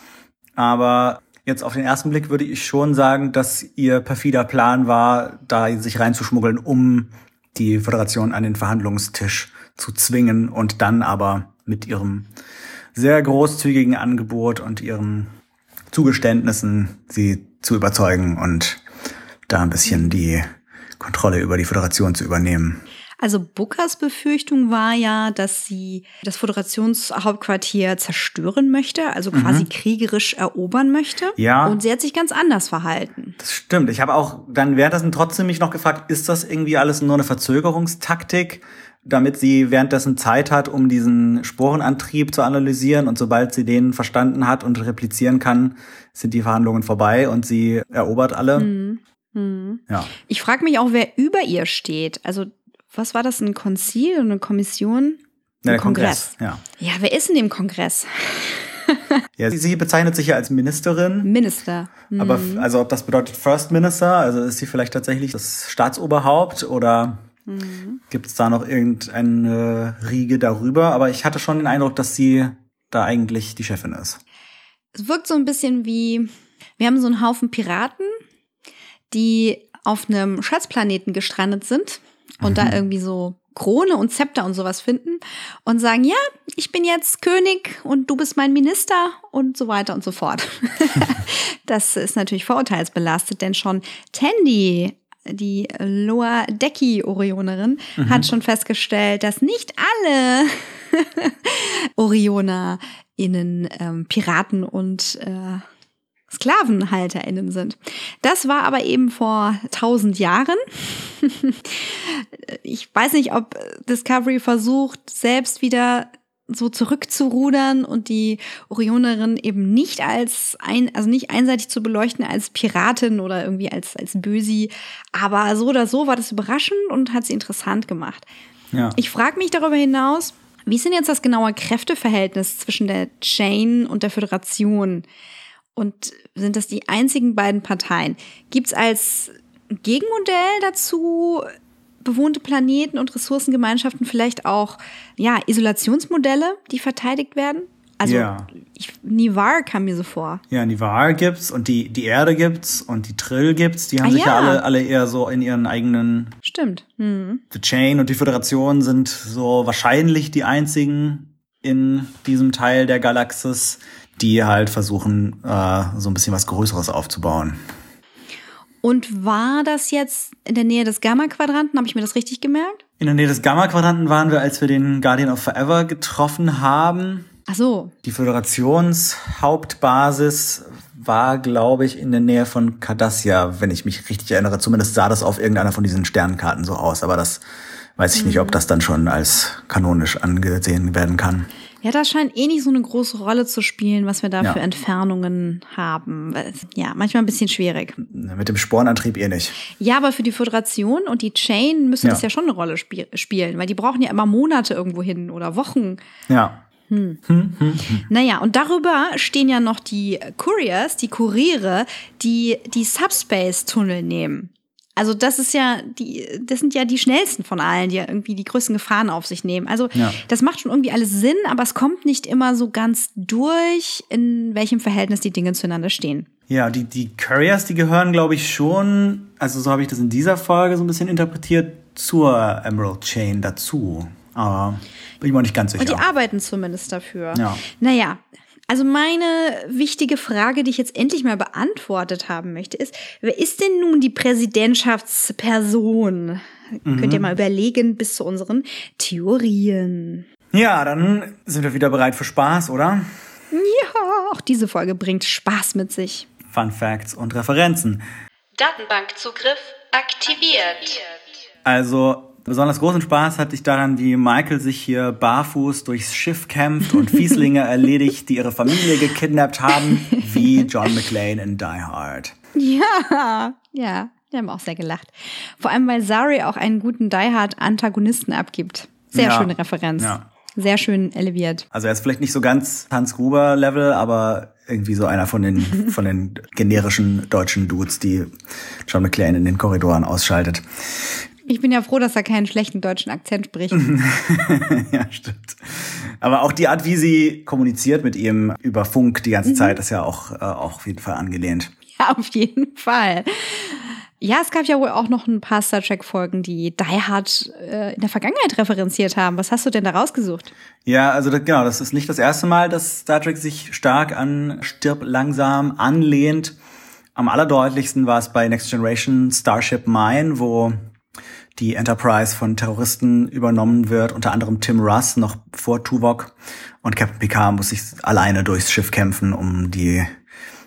Aber jetzt auf den ersten Blick würde ich schon sagen, dass ihr perfider Plan war, da sich reinzuschmuggeln, um die Föderation an den Verhandlungstisch zu zwingen und dann aber mit ihrem sehr großzügigen Angebot und ihren Zugeständnissen sie zu überzeugen und da ein bisschen die Kontrolle über die Föderation zu übernehmen. Also Bookers Befürchtung war ja, dass sie das Föderationshauptquartier zerstören möchte, also quasi kriegerisch erobern möchte. Ja. Und sie hat sich ganz anders verhalten. Das stimmt. Ich habe auch dann währenddessen trotzdem mich noch gefragt, ist das irgendwie alles nur eine Verzögerungstaktik, damit sie währenddessen Zeit hat, um diesen Sporenantrieb zu analysieren. Und sobald sie den verstanden hat und replizieren kann, sind die Verhandlungen vorbei und sie erobert alle. Ja. Ich frage mich auch, wer über ihr steht. Also, was war das, ein Konzil oder eine Kommission? Ja, der Kongress. Ja, wer ist in dem Kongress? Ja, sie bezeichnet sich ja als Ministerin. Minister. Aber also ob das bedeutet First Minister, also ist sie vielleicht tatsächlich das Staatsoberhaupt oder gibt es da noch irgendeine Riege darüber? Aber ich hatte schon den Eindruck, dass sie da eigentlich die Chefin ist. Es wirkt so ein bisschen wie, wir haben so einen Haufen Piraten, die auf einem Schatzplaneten gestrandet sind und da irgendwie so Krone und Zepter und sowas finden und sagen, ja, ich bin jetzt König und du bist mein Minister und so weiter und so fort. Das ist natürlich vorurteilsbelastet, denn schon Tandy, die Lower Decki Orionerin, hat schon festgestellt, dass nicht alle OrionerInnen Piraten und SklavenhalterInnen sind. Das war aber eben vor 1000 Jahren. Ich weiß nicht, ob Discovery versucht, selbst wieder so zurückzurudern und die Orionerin eben nicht nicht einseitig zu beleuchten als Piratin oder irgendwie als Bösi. Aber so oder so war das überraschend und hat sie interessant gemacht. Ja. Ich frage mich darüber hinaus, wie ist denn jetzt das genaue Kräfteverhältnis zwischen der Chain und der Föderation? Und sind das die einzigen beiden Parteien? Gibt es als Gegenmodell dazu bewohnte Planeten und Ressourcengemeinschaften vielleicht auch Isolationsmodelle, die verteidigt werden? Also Ni'Var kam mir so vor. Ja, Ni'Var gibt's und die Erde gibt's und die Trill gibt's. Die haben sich ja alle eher so in ihren eigenen... Stimmt. The Chain und die Föderation sind so wahrscheinlich die einzigen in diesem Teil der Galaxis, die halt versuchen, so ein bisschen was Größeres aufzubauen. Und war das jetzt in der Nähe des Gamma-Quadranten? Habe ich mir das richtig gemerkt? In der Nähe des Gamma-Quadranten waren wir, als wir den Guardian of Forever getroffen haben. Ach so. Die Föderationshauptbasis war, glaube ich, in der Nähe von Cardassia, wenn ich mich richtig erinnere. Zumindest sah das auf irgendeiner von diesen Sternkarten so aus. Aber das weiß ich nicht, ob das dann schon als kanonisch angesehen werden kann. Ja, das scheint nicht so eine große Rolle zu spielen, was wir da für Entfernungen haben. Ja, manchmal ein bisschen schwierig. Mit dem Sporenantrieb nicht. Ja, aber für die Föderation und die Chain müsste das ja schon eine Rolle spielen, weil die brauchen ja immer Monate irgendwo hin oder Wochen. Ja. Naja, und darüber stehen ja noch die Couriers, die Kuriere, die Subspace-Tunnel nehmen. Also das sind ja die schnellsten von allen, die ja irgendwie die größten Gefahren auf sich nehmen. Also das macht schon irgendwie alles Sinn, aber es kommt nicht immer so ganz durch, in welchem Verhältnis die Dinge zueinander stehen. Ja, die Couriers, die gehören, glaube ich, schon, also so habe ich das in dieser Folge so ein bisschen interpretiert, zur Emerald Chain dazu. Aber bin ich mir nicht ganz sicher. Und die arbeiten zumindest dafür. Ja. Naja, also meine wichtige Frage, die ich jetzt endlich mal beantwortet haben möchte, ist, wer ist denn nun die Präsidentschaftsperson? Könnt ihr mal überlegen bis zu unseren Theorien. Ja, dann sind wir wieder bereit für Spaß, oder? Ja, auch diese Folge bringt Spaß mit sich. Fun Facts und Referenzen. Datenbankzugriff aktiviert. Also besonders großen Spaß hatte ich daran, wie Michael sich hier barfuß durchs Schiff kämpft und Fieslinge erledigt, die ihre Familie gekidnappt haben, wie John McClane in Die Hard. Ja, die haben auch sehr gelacht. Vor allem, weil Zari auch einen guten Die Hard-Antagonisten abgibt. Sehr schöne Referenz. Ja. Sehr schön eleviert. Also er ist vielleicht nicht so ganz Hans Gruber-Level, aber irgendwie so einer von den generischen deutschen Dudes, die John McClane in den Korridoren ausschaltet. Ich bin ja froh, dass er keinen schlechten deutschen Akzent spricht. Ja, stimmt. Aber auch die Art, wie sie kommuniziert mit ihm über Funk die ganze Zeit, ist ja auch auf jeden Fall angelehnt. Ja, auf jeden Fall. Ja, es gab ja wohl auch noch ein paar Star Trek-Folgen, die Die Hard in der Vergangenheit referenziert haben. Was hast du denn da rausgesucht? Ja, also das ist nicht das erste Mal, dass Star Trek sich stark an Stirb langsam anlehnt. Am allerdeutlichsten war es bei Next Generation Starship Mine, wo die Enterprise von Terroristen übernommen wird, unter anderem Tim Russ noch vor Tuvok. Und Captain Picard muss sich alleine durchs Schiff kämpfen, um die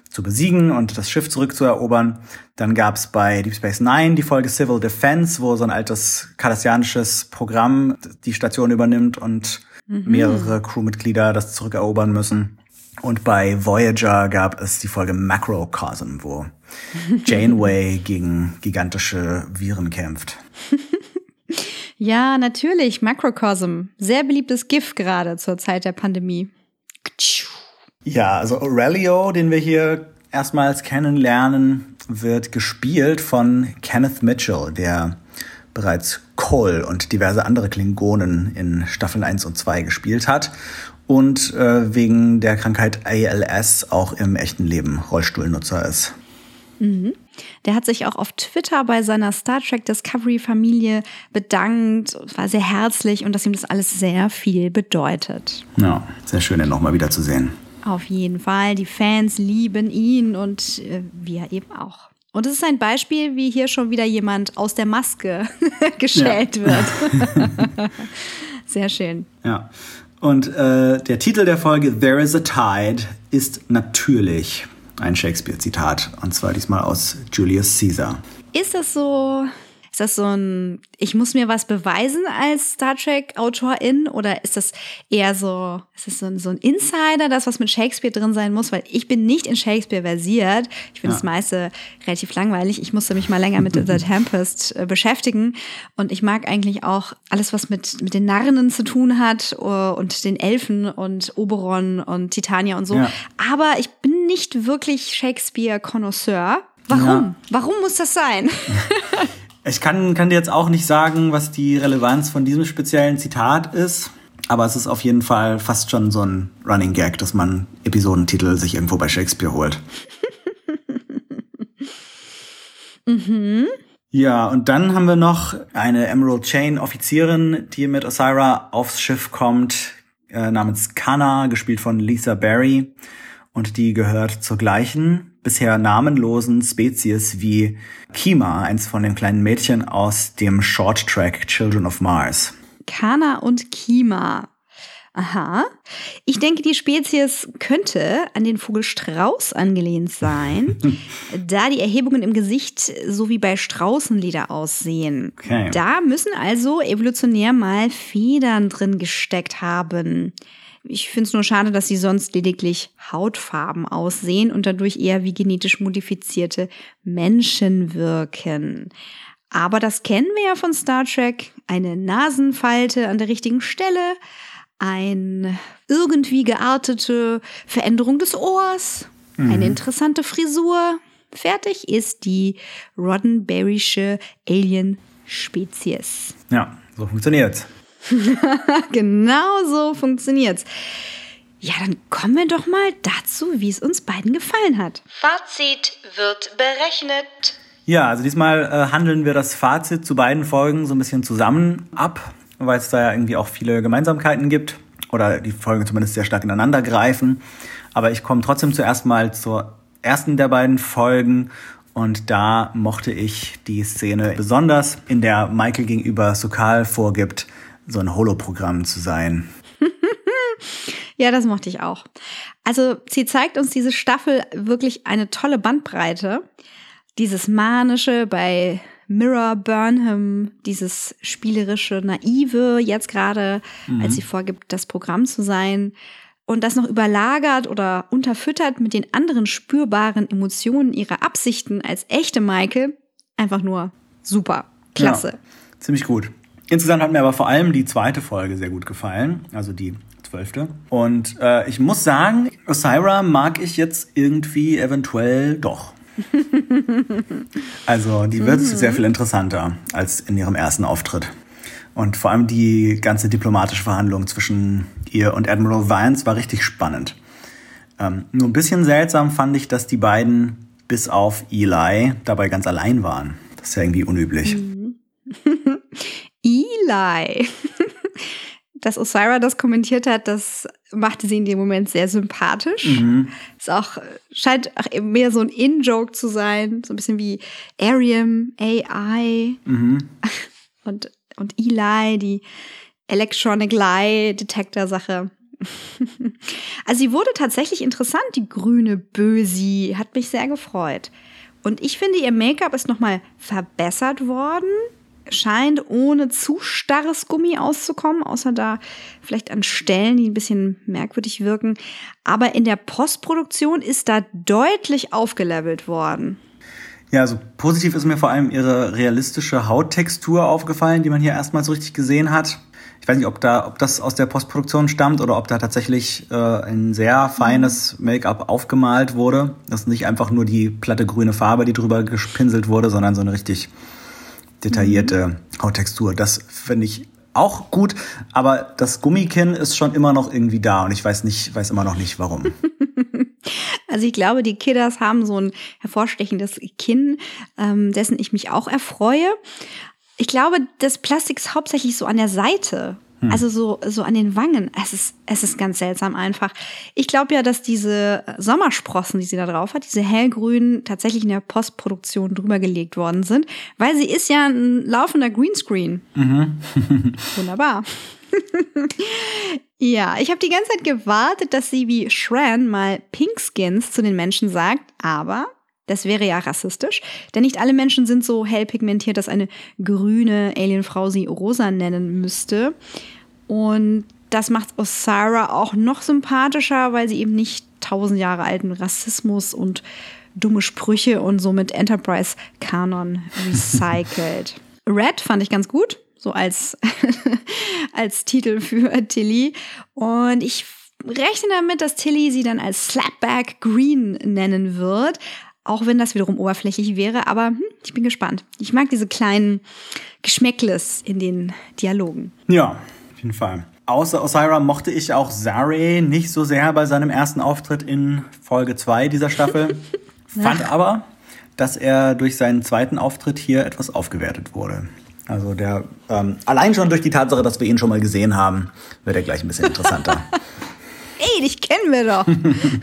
zu besiegen und das Schiff zurückzuerobern. Dann gab's bei Deep Space Nine die Folge Civil Defense, wo so ein altes kardassianisches Programm die Station übernimmt und mehrere Crewmitglieder das zurückerobern müssen. Und bei Voyager gab es die Folge Macrocosm, wo Janeway gegen gigantische Viren kämpft. Ja, natürlich, Macrocosm. Sehr beliebtes GIF gerade zur Zeit der Pandemie. Ja, also Aurelio, den wir hier erstmals kennenlernen, wird gespielt von Kenneth Mitchell, der bereits Kol und diverse andere Klingonen in Staffeln 1 und 2 gespielt hat und wegen der Krankheit ALS auch im echten Leben Rollstuhlnutzer ist. Mhm. Der hat sich auch auf Twitter bei seiner Star Trek Discovery-Familie bedankt, war sehr herzlich und dass ihm das alles sehr viel bedeutet. Ja, sehr schön, ihn nochmal wieder zu sehen. Auf jeden Fall, die Fans lieben ihn und wir eben auch. Und es ist ein Beispiel, wie hier schon wieder jemand aus der Maske geschält wird. Sehr schön. Ja, und der Titel der Folge There is a Tide ist natürlich ein Shakespeare-Zitat, und zwar diesmal aus Julius Caesar. Ist das so ein, ich muss mir was beweisen als Star Trek-Autorin, oder ist das eher so, ist das so ein Insider, das was mit Shakespeare drin sein muss? Weil ich bin nicht in Shakespeare versiert. Ich finde das meiste relativ langweilig. Ich musste mich mal länger mit The Tempest beschäftigen, und ich mag eigentlich auch alles, was mit den Narren zu tun hat und den Elfen und Oberon und Titania und so. Ja. Aber ich bin nicht wirklich Shakespeare-Connoisseur. Warum? Ja. Warum muss das sein? Ich kann dir jetzt auch nicht sagen, was die Relevanz von diesem speziellen Zitat ist, aber es ist auf jeden Fall fast schon so ein Running Gag, dass man Episodentitel sich irgendwo bei Shakespeare holt. Mhm. Ja, und dann haben wir noch eine Emerald Chain Offizierin, die mit Osira aufs Schiff kommt, namens Kana, gespielt von Lisa Barry. Und die gehört zur gleichen, bisher namenlosen Spezies wie Kima, eins von den kleinen Mädchen aus dem Short-Track Children of Mars. Kana und Kima. Aha. Ich denke, die Spezies könnte an den Vogel Strauß angelehnt sein, da die Erhebungen im Gesicht so wie bei Straußenleder aussehen. Okay. Da müssen also evolutionär mal Federn drin gesteckt haben. Ich finde es nur schade, dass sie sonst lediglich Hautfarben aussehen und dadurch eher wie genetisch modifizierte Menschen wirken. Aber das kennen wir ja von Star Trek. Eine Nasenfalte an der richtigen Stelle, eine irgendwie geartete Veränderung des Ohrs, eine interessante Frisur. Fertig ist die Roddenberrysche Alien-Spezies. Ja, so funktioniert's. Genau so funktioniert's. Ja, dann kommen wir doch mal dazu, wie es uns beiden gefallen hat. Fazit wird berechnet. Ja, also diesmal handeln wir das Fazit zu beiden Folgen so ein bisschen zusammen ab, weil es da ja irgendwie auch viele Gemeinsamkeiten gibt oder die Folgen zumindest sehr stark ineinander greifen. Aber ich komme trotzdem zuerst mal zur ersten der beiden Folgen. Und da mochte ich die Szene besonders, in der Michael gegenüber Su'Kal vorgibt, so ein Holoprogramm zu sein. Ja, das mochte ich auch. Also sie zeigt uns diese Staffel wirklich eine tolle Bandbreite. Dieses Manische bei Mira Burnham, dieses spielerische, naive, jetzt gerade, als sie vorgibt, das Programm zu sein. Und das noch überlagert oder unterfüttert mit den anderen spürbaren Emotionen ihrer Absichten als echte Michael. Einfach nur super. Klasse. Ja, ziemlich gut. Insgesamt hat mir aber vor allem die zweite Folge sehr gut gefallen, also die 12. Und ich muss sagen, Osira mag ich jetzt irgendwie eventuell doch. Also die wird sehr viel interessanter als in ihrem ersten Auftritt. Und vor allem die ganze diplomatische Verhandlung zwischen ihr und Admiral Vance war richtig spannend. Nur ein bisschen seltsam fand ich, dass die beiden bis auf Eli dabei ganz allein waren. Das ist ja irgendwie unüblich. Eli. Dass Osira das kommentiert hat, das machte sie in dem Moment sehr sympathisch. Ist auch, scheint auch eben mehr so ein In-Joke zu sein. So ein bisschen wie Ariam, AI. Und Eli, die Electronic Lie Detector Sache. Also sie wurde tatsächlich interessant, die grüne Bösi. Hat mich sehr gefreut. Und ich finde, ihr Make-up ist nochmal verbessert worden. Scheint ohne zu starres Gummi auszukommen, außer da vielleicht an Stellen, die ein bisschen merkwürdig wirken. Aber in der Postproduktion ist da deutlich aufgelevelt worden. Ja, also positiv ist mir vor allem ihre realistische Hauttextur aufgefallen, die man hier erstmals so richtig gesehen hat. Ich weiß nicht, ob das aus der Postproduktion stammt oder ob da tatsächlich ein sehr feines Make-up aufgemalt wurde. Das ist nicht einfach nur die platte grüne Farbe, die drüber gepinselt wurde, sondern so eine richtig detaillierte Hauttextur. Das finde ich auch gut, aber das Gummikinn ist schon immer noch irgendwie da und ich weiß immer noch nicht, warum. Also ich glaube, die Kiddas haben so ein hervorstechendes Kinn, dessen ich mich auch erfreue. Ich glaube, das Plastik ist hauptsächlich so an der Seite, also so an den Wangen. Es ist ganz seltsam einfach. Ich glaube ja, dass diese Sommersprossen, die sie da drauf hat, diese hellgrünen, tatsächlich in der Postproduktion drüber gelegt worden sind, weil sie ist ja ein laufender Greenscreen. Wunderbar. Ja, ich habe die ganze Zeit gewartet, dass sie wie Shran mal Pinkskins zu den Menschen sagt, aber das wäre ja rassistisch, denn nicht alle Menschen sind so hell pigmentiert, dass eine grüne Alienfrau sie rosa nennen müsste. Und das macht Osira auch noch sympathischer, weil sie eben nicht 1000 Jahre alten Rassismus und dumme Sprüche und somit Enterprise-Kanon recycelt. Red fand ich ganz gut, so als Titel für Tilly. Und ich rechne damit, dass Tilly sie dann als Slapback Green nennen wird. Auch wenn das wiederum oberflächlich wäre, aber ich bin gespannt. Ich mag diese kleinen Geschmäckles in den Dialogen. Ja, auf jeden Fall. Außer Osira mochte ich auch Zare nicht so sehr bei seinem ersten Auftritt in Folge 2 dieser Staffel. Fand aber, dass er durch seinen zweiten Auftritt hier etwas aufgewertet wurde. Also der allein schon durch die Tatsache, dass wir ihn schon mal gesehen haben, wird er gleich ein bisschen interessanter. Ey, dich kennen wir doch.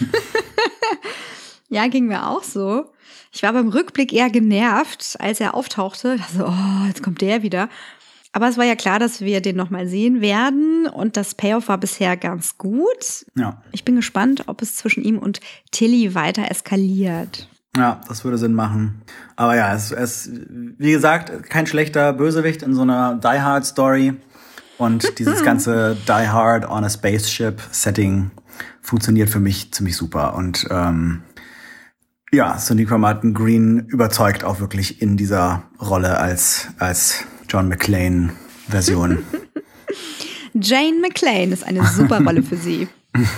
Ja, ging mir auch so. Ich war beim Rückblick eher genervt, als er auftauchte. Also, jetzt kommt der wieder. Aber es war ja klar, dass wir den nochmal sehen werden. Und das Payoff war bisher ganz gut. Ja. Ich bin gespannt, ob es zwischen ihm und Tilly weiter eskaliert. Ja, das würde Sinn machen. Aber ja, es ist, wie gesagt, kein schlechter Bösewicht in so einer Die Hard Story. Und dieses ganze Die Hard on a Spaceship Setting funktioniert für mich ziemlich super. Und ja, Sonequa Martin Green überzeugt auch wirklich in dieser Rolle als John McClane-Version. Jane McClane ist eine super Rolle für sie.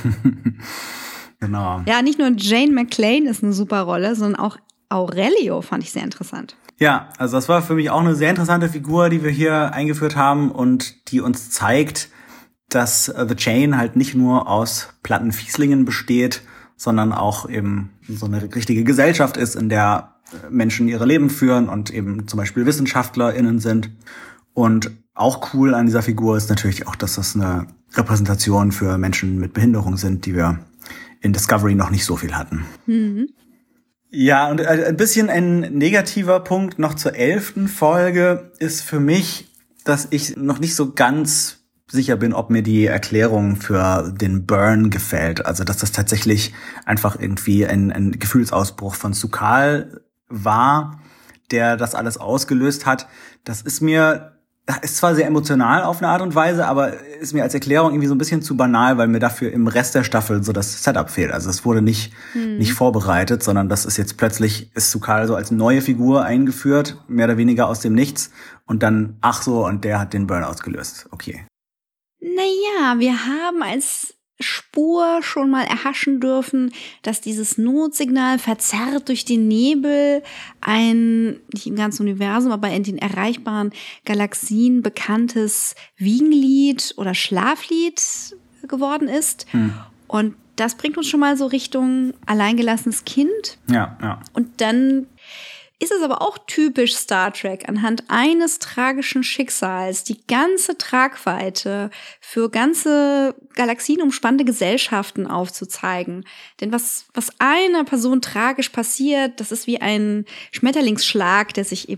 Genau. Ja, nicht nur Jane McClane ist eine super Rolle, sondern auch Aurelio fand ich sehr interessant. Ja, also das war für mich auch eine sehr interessante Figur, die wir hier eingeführt haben und die uns zeigt, dass The Chain halt nicht nur aus platten Fieslingen besteht, sondern auch eben so eine richtige Gesellschaft ist, in der Menschen ihre Leben führen und eben zum Beispiel WissenschaftlerInnen sind. Und auch cool an dieser Figur ist natürlich auch, dass das eine Repräsentation für Menschen mit Behinderung sind, die wir in Discovery noch nicht so viel hatten. Mhm. Ja, und ein bisschen ein negativer Punkt noch zur 11. Folge ist für mich, dass ich noch nicht so ganz sicher bin, ob mir die Erklärung für den Burn gefällt. Also, dass das tatsächlich einfach irgendwie ein Gefühlsausbruch von Su'Kal war, der das alles ausgelöst hat. Das ist zwar sehr emotional auf eine Art und Weise, aber ist mir als Erklärung irgendwie so ein bisschen zu banal, weil mir dafür im Rest der Staffel so das Setup fehlt. Also es wurde nicht vorbereitet, sondern das ist jetzt plötzlich, ist Su'Kal so als neue Figur eingeführt, mehr oder weniger aus dem Nichts. Und dann, und der hat den Burn ausgelöst. Okay. Naja, wir haben als Spur schon mal erhaschen dürfen, dass dieses Notsignal verzerrt durch den Nebel nicht im ganzen Universum, aber in den erreichbaren Galaxien bekanntes Wiegenlied oder Schlaflied geworden ist. Und das bringt uns schon mal so Richtung alleingelassenes Kind. Ja. Und dann ist es aber auch typisch Star Trek, anhand eines tragischen Schicksals die ganze Tragweite für ganze galaxienumspannende Gesellschaften aufzuzeigen. Denn was einer Person tragisch passiert, das ist wie ein Schmetterlingsschlag, der sich eben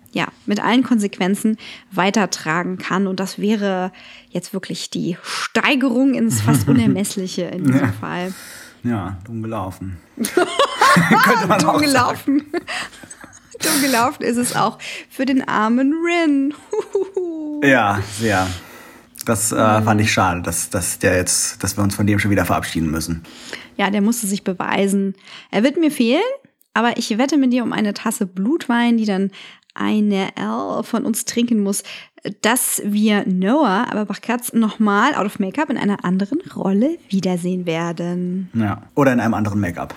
mit allen Konsequenzen weitertragen kann. Und das wäre jetzt wirklich die Steigerung ins fast Unermessliche in diesem Fall. Ja, dumm gelaufen. Könnte man dumm gelaufen. Dumm gelaufen ist es auch für den armen Rin. Ja, sehr. Das fand ich schade, dass wir uns von dem schon wieder verabschieden müssen. Ja, der musste sich beweisen. Er wird mir fehlen, aber ich wette mit dir um eine Tasse Blutwein, die dann eine L von uns trinken muss, dass wir Noah, aber Bachkatz, nochmal out of Make-up in einer anderen Rolle wiedersehen werden. Ja, oder in einem anderen Make-up.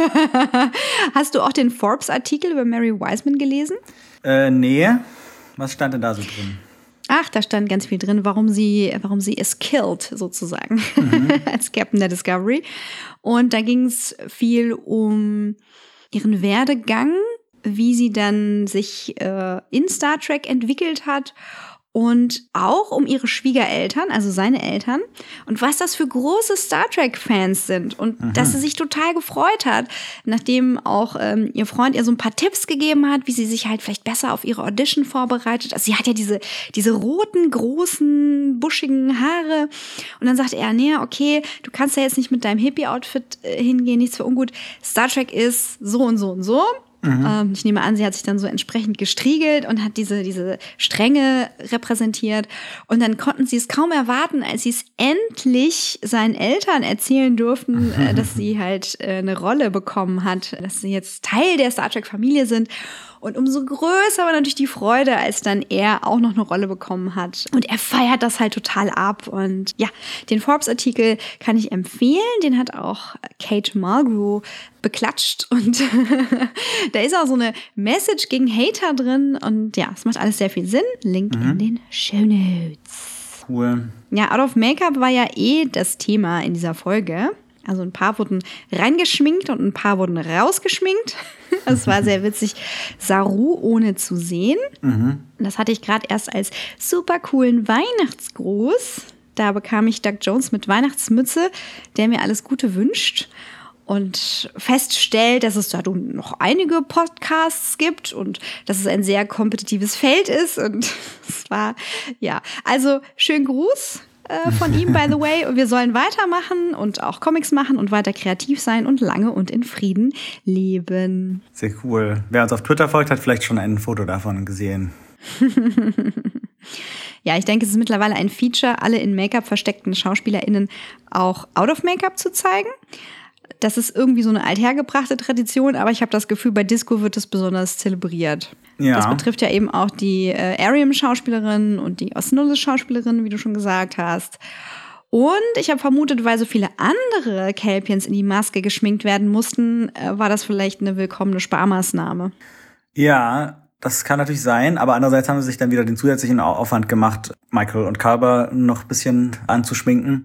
Hast du auch den Forbes-Artikel über Mary Wiseman gelesen? Nee. Was stand denn da so drin? Ach, da stand ganz viel drin, warum sie is killed sozusagen als Captain der Discovery. Und da ging es viel um ihren Werdegang, wie sie dann sich in Star Trek entwickelt hat und auch um ihre Schwiegereltern, also seine Eltern, und was das für große Star Trek-Fans sind und dass sie sich total gefreut hat, nachdem auch ihr Freund ihr so ein paar Tipps gegeben hat, wie sie sich halt vielleicht besser auf ihre Audition vorbereitet. Also sie hat ja diese roten, großen, buschigen Haare und dann sagt er, nee, okay, du kannst ja jetzt nicht mit deinem Hippie-Outfit hingehen, nichts für ungut. Star Trek ist so und so und so. Ich nehme an, sie hat sich dann so entsprechend gestriegelt und hat diese Stränge repräsentiert. Und dann konnten sie es kaum erwarten, als sie es endlich seinen Eltern erzählen durften, dass sie halt eine Rolle bekommen hat, dass sie jetzt Teil der Star Trek-Familie sind. Und umso größer war natürlich die Freude, als dann er auch noch eine Rolle bekommen hat. Und er feiert das halt total ab. Und ja, den Forbes-Artikel kann ich empfehlen. Den hat auch Kate Mulgrew beklatscht. Und da ist auch so eine Message gegen Hater drin. Und ja, es macht alles sehr viel Sinn. Link in den Shownotes. Cool. Ja, Out of Make-up war ja das Thema in dieser Folge. Also ein paar wurden reingeschminkt und ein paar wurden rausgeschminkt. Es war sehr witzig. Saru ohne zu sehen. Das hatte ich gerade erst als super coolen Weihnachtsgruß. Da bekam ich Doug Jones mit Weihnachtsmütze, der mir alles Gute wünscht. Und feststellt, dass es da noch einige Podcasts gibt und dass es ein sehr kompetitives Feld ist. Und es war, ja, also schönen Gruß von ihm, by the way. Und wir sollen weitermachen und auch Comics machen und weiter kreativ sein und lange und in Frieden leben. Sehr cool. Wer uns auf Twitter folgt, hat vielleicht schon ein Foto davon gesehen. Ja, ich denke, es ist mittlerweile ein Feature, alle in Make-up versteckten SchauspielerInnen auch out of Make-up zu zeigen. Das ist irgendwie so eine althergebrachte Tradition, aber ich habe das Gefühl, bei Disco wird es besonders zelebriert. Ja. Das betrifft ja eben auch die Ariam-Schauspielerin und die Osnullis-Schauspielerin, wie du schon gesagt hast. Und ich habe vermutet, weil so viele andere Kelpiens in die Maske geschminkt werden mussten, war das vielleicht eine willkommene Sparmaßnahme. Ja, das kann natürlich sein, aber andererseits haben sie sich dann wieder den zusätzlichen Aufwand gemacht, Michael und Carver noch ein bisschen anzuschminken.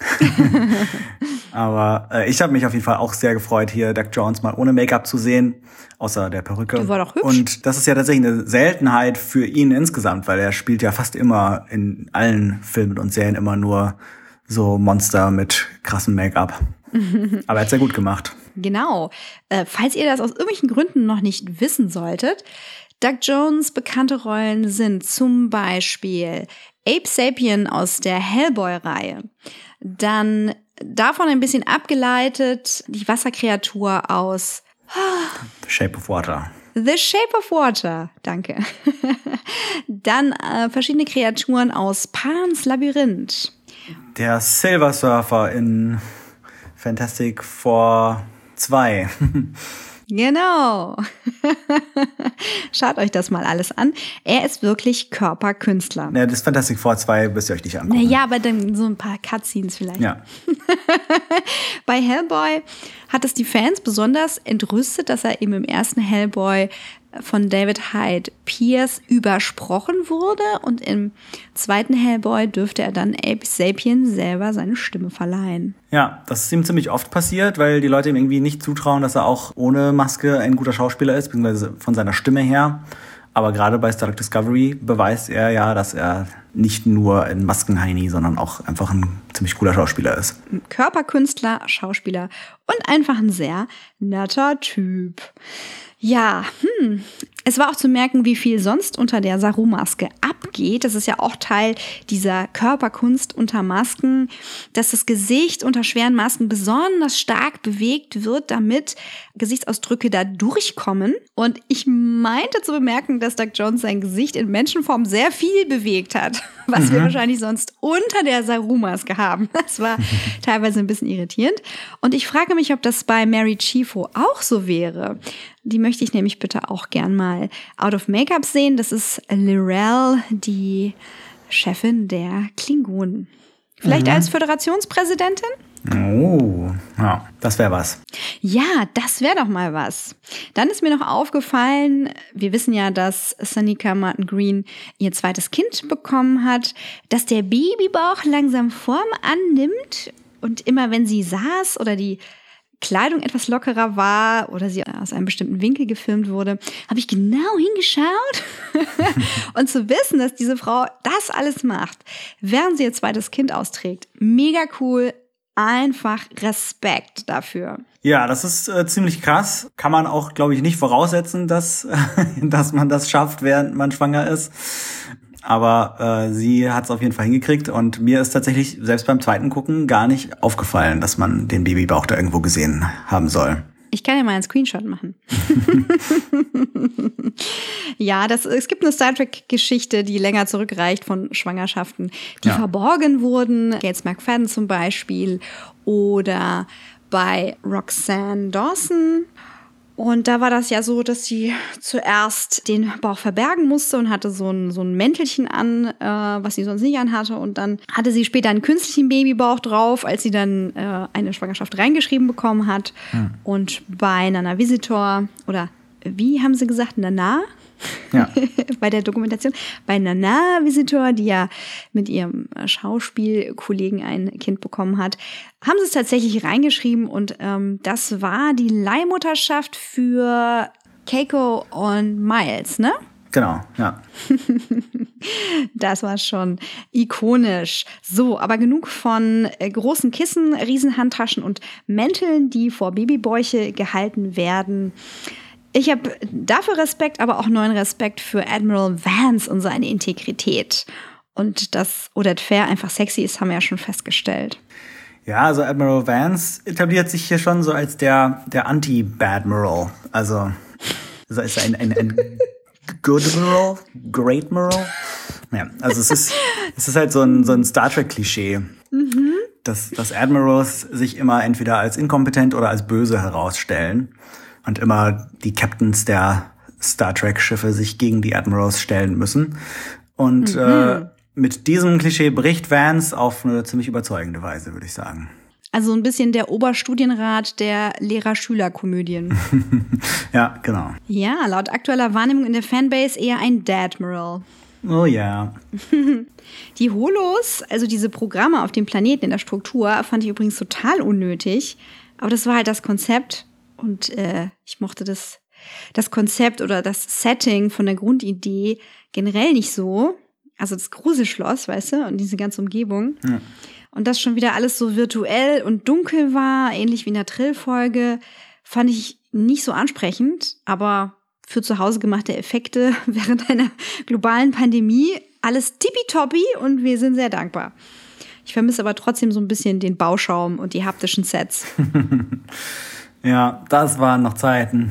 Aber ich habe mich auf jeden Fall auch sehr gefreut, hier Doug Jones mal ohne Make-up zu sehen, außer der Perücke. Die war doch hübsch. Und das ist ja tatsächlich eine Seltenheit für ihn insgesamt, weil er spielt ja fast immer in allen Filmen und Serien immer nur so Monster mit krassem Make-up. Aber er hat's sehr gut gemacht. Genau. Falls ihr das aus irgendwelchen Gründen noch nicht wissen solltet, Doug Jones' bekannte Rollen sind zum Beispiel Abe Sapien aus der Hellboy-Reihe. Dann davon ein bisschen abgeleitet die Wasserkreatur aus The Shape of Water. The Shape of Water, danke. Dann verschiedene Kreaturen aus Pans Labyrinth. Der Silver Surfer in Fantastic Four 2. Genau. Schaut euch das mal alles an. Er ist wirklich Körperkünstler. Ja, das Fantastic Four 2 müsst ihr euch nicht angucken. Naja, aber dann so ein paar Cutscenes vielleicht. Ja. Bei Hellboy hat es die Fans besonders entrüstet, dass er eben im ersten Hellboy von David Hyde Pierce übersprochen wurde und im zweiten Hellboy dürfte er dann Abe Sapien selber seine Stimme verleihen. Ja, das ist ihm ziemlich oft passiert, weil die Leute ihm irgendwie nicht zutrauen, dass er auch ohne Maske ein guter Schauspieler ist, beziehungsweise von seiner Stimme her. Aber gerade bei Star Trek Discovery beweist er ja, dass er nicht nur ein Maskenheini, sondern auch einfach ein ziemlich cooler Schauspieler ist. Körperkünstler, Schauspieler und einfach ein sehr netter Typ. Ja, Es war auch zu merken, wie viel sonst unter der Saru-Maske abgeht. Das ist ja auch Teil dieser Körperkunst unter Masken, dass das Gesicht unter schweren Masken besonders stark bewegt wird, damit Gesichtsausdrücke da durchkommen. Und ich meinte zu bemerken, dass Doug Jones sein Gesicht in Menschenform sehr viel bewegt hat, was wir wahrscheinlich sonst unter der Saru-Maske haben. Das war teilweise ein bisschen irritierend. Und ich frage mich, ob das bei Mary Chieffo auch so wäre. Die möchte ich nämlich bitte auch gern mal out of Make-up sehen. Das ist Lyrell, die Chefin der Klingonen. Vielleicht als Föderationspräsidentin? Oh, ja, das wäre was. Ja, das wäre doch mal was. Dann ist mir noch aufgefallen, wir wissen ja, dass Sonequa Martin Green ihr zweites Kind bekommen hat, dass der Babybauch langsam Form annimmt und immer wenn sie saß oder die Kleidung etwas lockerer war oder sie aus einem bestimmten Winkel gefilmt wurde, habe ich genau hingeschaut. Und zu wissen, dass diese Frau das alles macht, während sie ihr zweites Kind austrägt, mega cool, einfach Respekt dafür. Ja, das ist ziemlich krass. Kann man auch, glaube ich, nicht voraussetzen, dass man das schafft, während man schwanger ist. Aber sie hat es auf jeden Fall hingekriegt und mir ist tatsächlich selbst beim zweiten Gucken gar nicht aufgefallen, dass man den Babybauch da irgendwo gesehen haben soll. Ich kann ja mal einen Screenshot machen. Ja, es gibt eine Star Trek-Geschichte, die länger zurückreicht von Schwangerschaften, die verborgen wurden. Gates McFadden zum Beispiel oder bei Roxanne Dawson. Und da war das ja so, dass sie zuerst den Bauch verbergen musste und hatte so ein Mäntelchen an, was sie sonst nicht anhatte. Und dann hatte sie später einen künstlichen Babybauch drauf, als sie dann eine Schwangerschaft reingeschrieben bekommen hat. Und bei Nana Visitor, oder wie haben sie gesagt, Nana? Ja. Bei der Dokumentation. Bei Nana Visitor, die ja mit ihrem Schauspielkollegen ein Kind bekommen hat, haben sie es tatsächlich reingeschrieben und das war die Leihmutterschaft für Keiko und Miles, ne? Genau, ja. Das war schon ikonisch. So, aber genug von großen Kissen, Riesenhandtaschen und Mänteln, die vor Babybäuche gehalten werden. Ich habe dafür Respekt, aber auch neuen Respekt für Admiral Vance und seine Integrität. Und dass Oded Fehr einfach sexy ist, haben wir ja schon festgestellt. Ja, also Admiral Vance etabliert sich hier schon so als der Anti-Badmiral. Also ist ein Good Admiral, Great Admiral. Ja, also es ist halt so ein Star Trek-Klischee. Dass Admirals sich immer entweder als inkompetent oder als böse herausstellen. Und immer die Captains der Star Trek-Schiffe sich gegen die Admirals stellen müssen. Und mit diesem Klischee bricht Vance auf eine ziemlich überzeugende Weise, würde ich sagen. Also ein bisschen der Oberstudienrat der Lehrer-Schüler-Komödien. Ja, genau. Ja, laut aktueller Wahrnehmung in der Fanbase eher ein Dadmiral. Oh ja. Die Holos, also diese Programme auf dem Planeten in der Struktur, fand ich übrigens total unnötig. Aber das war halt das Konzept. Und ich mochte das Konzept oder das Setting von der Grundidee generell nicht so. Also das Gruselschloss, weißt du, und diese ganze Umgebung. Ja. Und das schon wieder alles so virtuell und dunkel war, ähnlich wie in der Trill-Folge, fand ich nicht so ansprechend. Aber für zu Hause gemachte Effekte während einer globalen Pandemie alles tippitoppi und wir sind sehr dankbar. Ich vermisse aber trotzdem so ein bisschen den Bauschaum und die haptischen Sets. Ja, das waren noch Zeiten.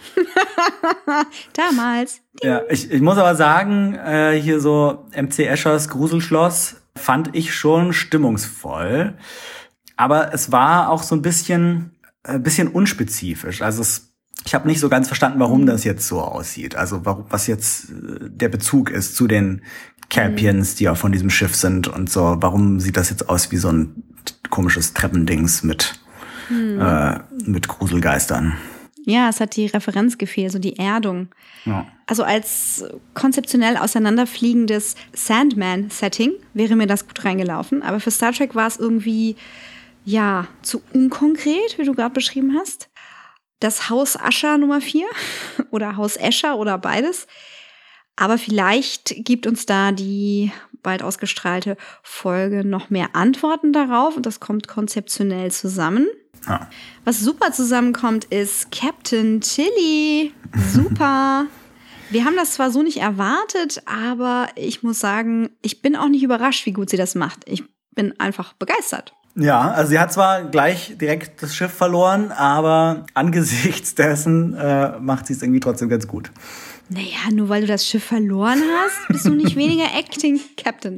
Damals. Ja, ich muss aber sagen, hier so MC Eschers Gruselschloss fand ich schon stimmungsvoll. Aber es war auch so ein bisschen unspezifisch. Also ich habe nicht so ganz verstanden, warum das jetzt so aussieht. Also was jetzt der Bezug ist zu den Capians, die auch von diesem Schiff sind und so. Warum sieht das jetzt aus wie so ein komisches Treppendings mit Gruselgeistern? Ja, es hat die Referenz gefehlt, so die Erdung. Ja. Also als konzeptionell auseinanderfliegendes Sandman-Setting wäre mir das gut reingelaufen. Aber für Star Trek war es irgendwie, ja, zu unkonkret, wie du gerade beschrieben hast. Das Haus Asher Nummer 4 oder Haus Escher oder beides. Aber vielleicht gibt uns da die bald ausgestrahlte Folge noch mehr Antworten darauf und das kommt konzeptionell zusammen. Ja. Was super zusammenkommt, ist Captain Tilly. Super. Wir haben das zwar so nicht erwartet, aber ich muss sagen, ich bin auch nicht überrascht, wie gut sie das macht. Ich bin einfach begeistert. Ja, also sie hat zwar gleich direkt das Schiff verloren, aber angesichts dessen macht sie es irgendwie trotzdem ganz gut. Naja, nur weil du das Schiff verloren hast, bist du nicht weniger Acting Captain.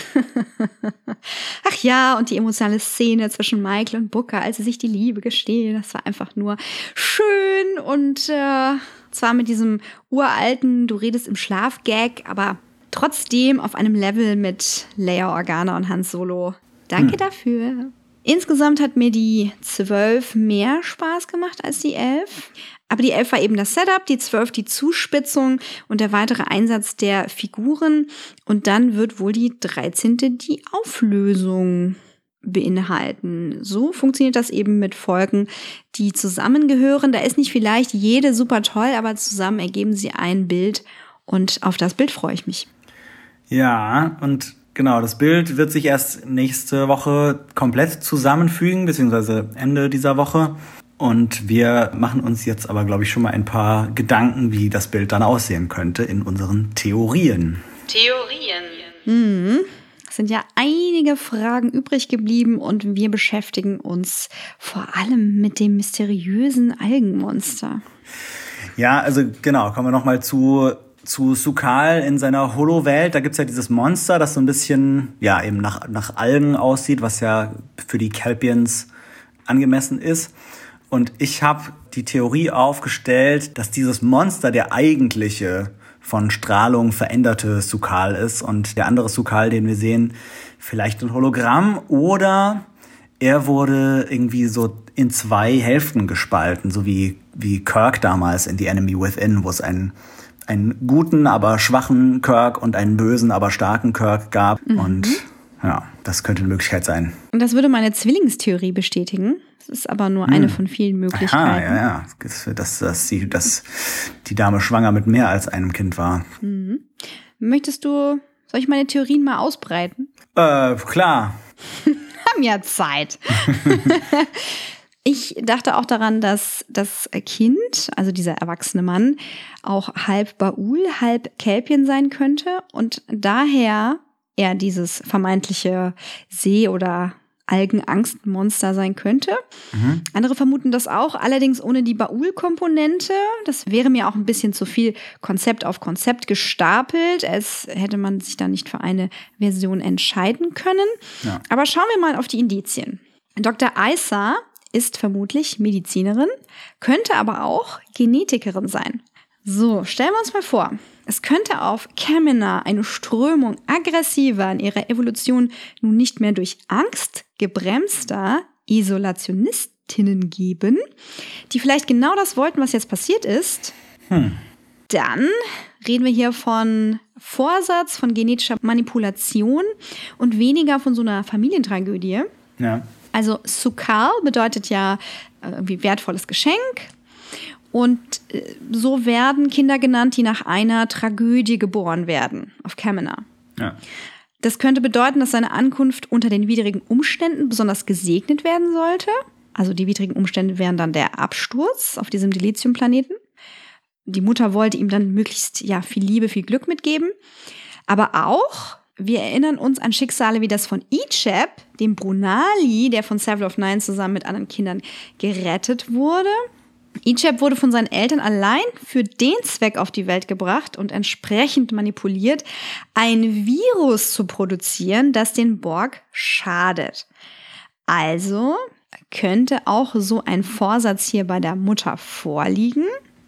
Ach ja, und die emotionale Szene zwischen Michael und Booker, als sie sich die Liebe gestehen, das war einfach nur schön und zwar mit diesem uralten, du redest im Schlaf-Gag, aber trotzdem auf einem Level mit Leia Organa und Han Solo. Danke dafür. Insgesamt hat mir die 12 mehr Spaß gemacht als die 11. Aber die 11 war eben das Setup, die 12 die Zuspitzung und der weitere Einsatz der Figuren. Und dann wird wohl die 13. die Auflösung beinhalten. So funktioniert das eben mit Folgen, die zusammengehören. Da ist nicht vielleicht jede super toll, aber zusammen ergeben sie ein Bild. Und auf das Bild freue ich mich. Ja, und genau, das Bild wird sich erst nächste Woche komplett zusammenfügen, beziehungsweise Ende dieser Woche. Und wir machen uns jetzt aber, glaube ich, schon mal ein paar Gedanken, wie das Bild dann aussehen könnte in unseren Theorien. Es sind ja einige Fragen übrig geblieben und wir beschäftigen uns vor allem mit dem mysteriösen Algenmonster. Ja, also genau, kommen wir nochmal zu Su'Kal in seiner Holo-Welt. Da gibt's ja dieses Monster, das so ein bisschen ja eben nach Algen aussieht, was ja für die Kelpiens angemessen ist. Und ich habe die Theorie aufgestellt, dass dieses Monster der eigentliche von Strahlung veränderte Su'Kal ist und der andere Su'Kal, den wir sehen, vielleicht ein Hologramm oder er wurde irgendwie so in 2 Hälften gespalten, so wie Kirk damals in The Enemy Within, wo es einen guten, aber schwachen Kirk und einen bösen, aber starken Kirk gab. Und ja, das könnte eine Möglichkeit sein. Und das würde meine Zwillingstheorie bestätigen. Das ist aber nur eine von vielen Möglichkeiten. Ja. Dass die Dame schwanger mit mehr als einem Kind war. Soll ich meine Theorien mal ausbreiten? Klar. Haben ja Zeit. Ich dachte auch daran, dass das Kind, also dieser erwachsene Mann, auch halb Ba'ul, halb Kelpien sein könnte und daher er dieses vermeintliche See- oder Algenangstmonster sein könnte. Andere vermuten das auch, allerdings ohne die Ba'ul-Komponente. Das wäre mir auch ein bisschen zu viel Konzept auf Konzept gestapelt. Es hätte man sich da nicht für eine Version entscheiden können. Ja. Aber schauen wir mal auf die Indizien. Dr. Isa ist vermutlich Medizinerin, könnte aber auch Genetikerin sein. So, stellen wir uns mal vor, es könnte auf Kamina eine Strömung aggressiver in ihrer Evolution nun nicht mehr durch Angst gebremster Isolationistinnen geben, die vielleicht genau das wollten, was jetzt passiert ist. Dann reden wir hier von Vorsatz, von genetischer Manipulation und weniger von so einer Familientragödie. Ja. Also Su'Kal bedeutet ja irgendwie wertvolles Geschenk. Und so werden Kinder genannt, die nach einer Tragödie geboren werden, auf Kamina. Ja. Das könnte bedeuten, dass seine Ankunft unter den widrigen Umständen besonders gesegnet werden sollte. Also die widrigen Umstände wären dann der Absturz auf diesem Dilithium-Planeten. Die Mutter wollte ihm dann möglichst viel Liebe, viel Glück mitgeben. Aber auch, wir erinnern uns an Schicksale wie das von Icheb, dem Brunali, der von Several of Nine zusammen mit anderen Kindern gerettet wurde. Icheb wurde von seinen Eltern allein für den Zweck auf die Welt gebracht und entsprechend manipuliert, ein Virus zu produzieren, das den Borg schadet. Also könnte auch so ein Vorsatz hier bei der Mutter vorliegen.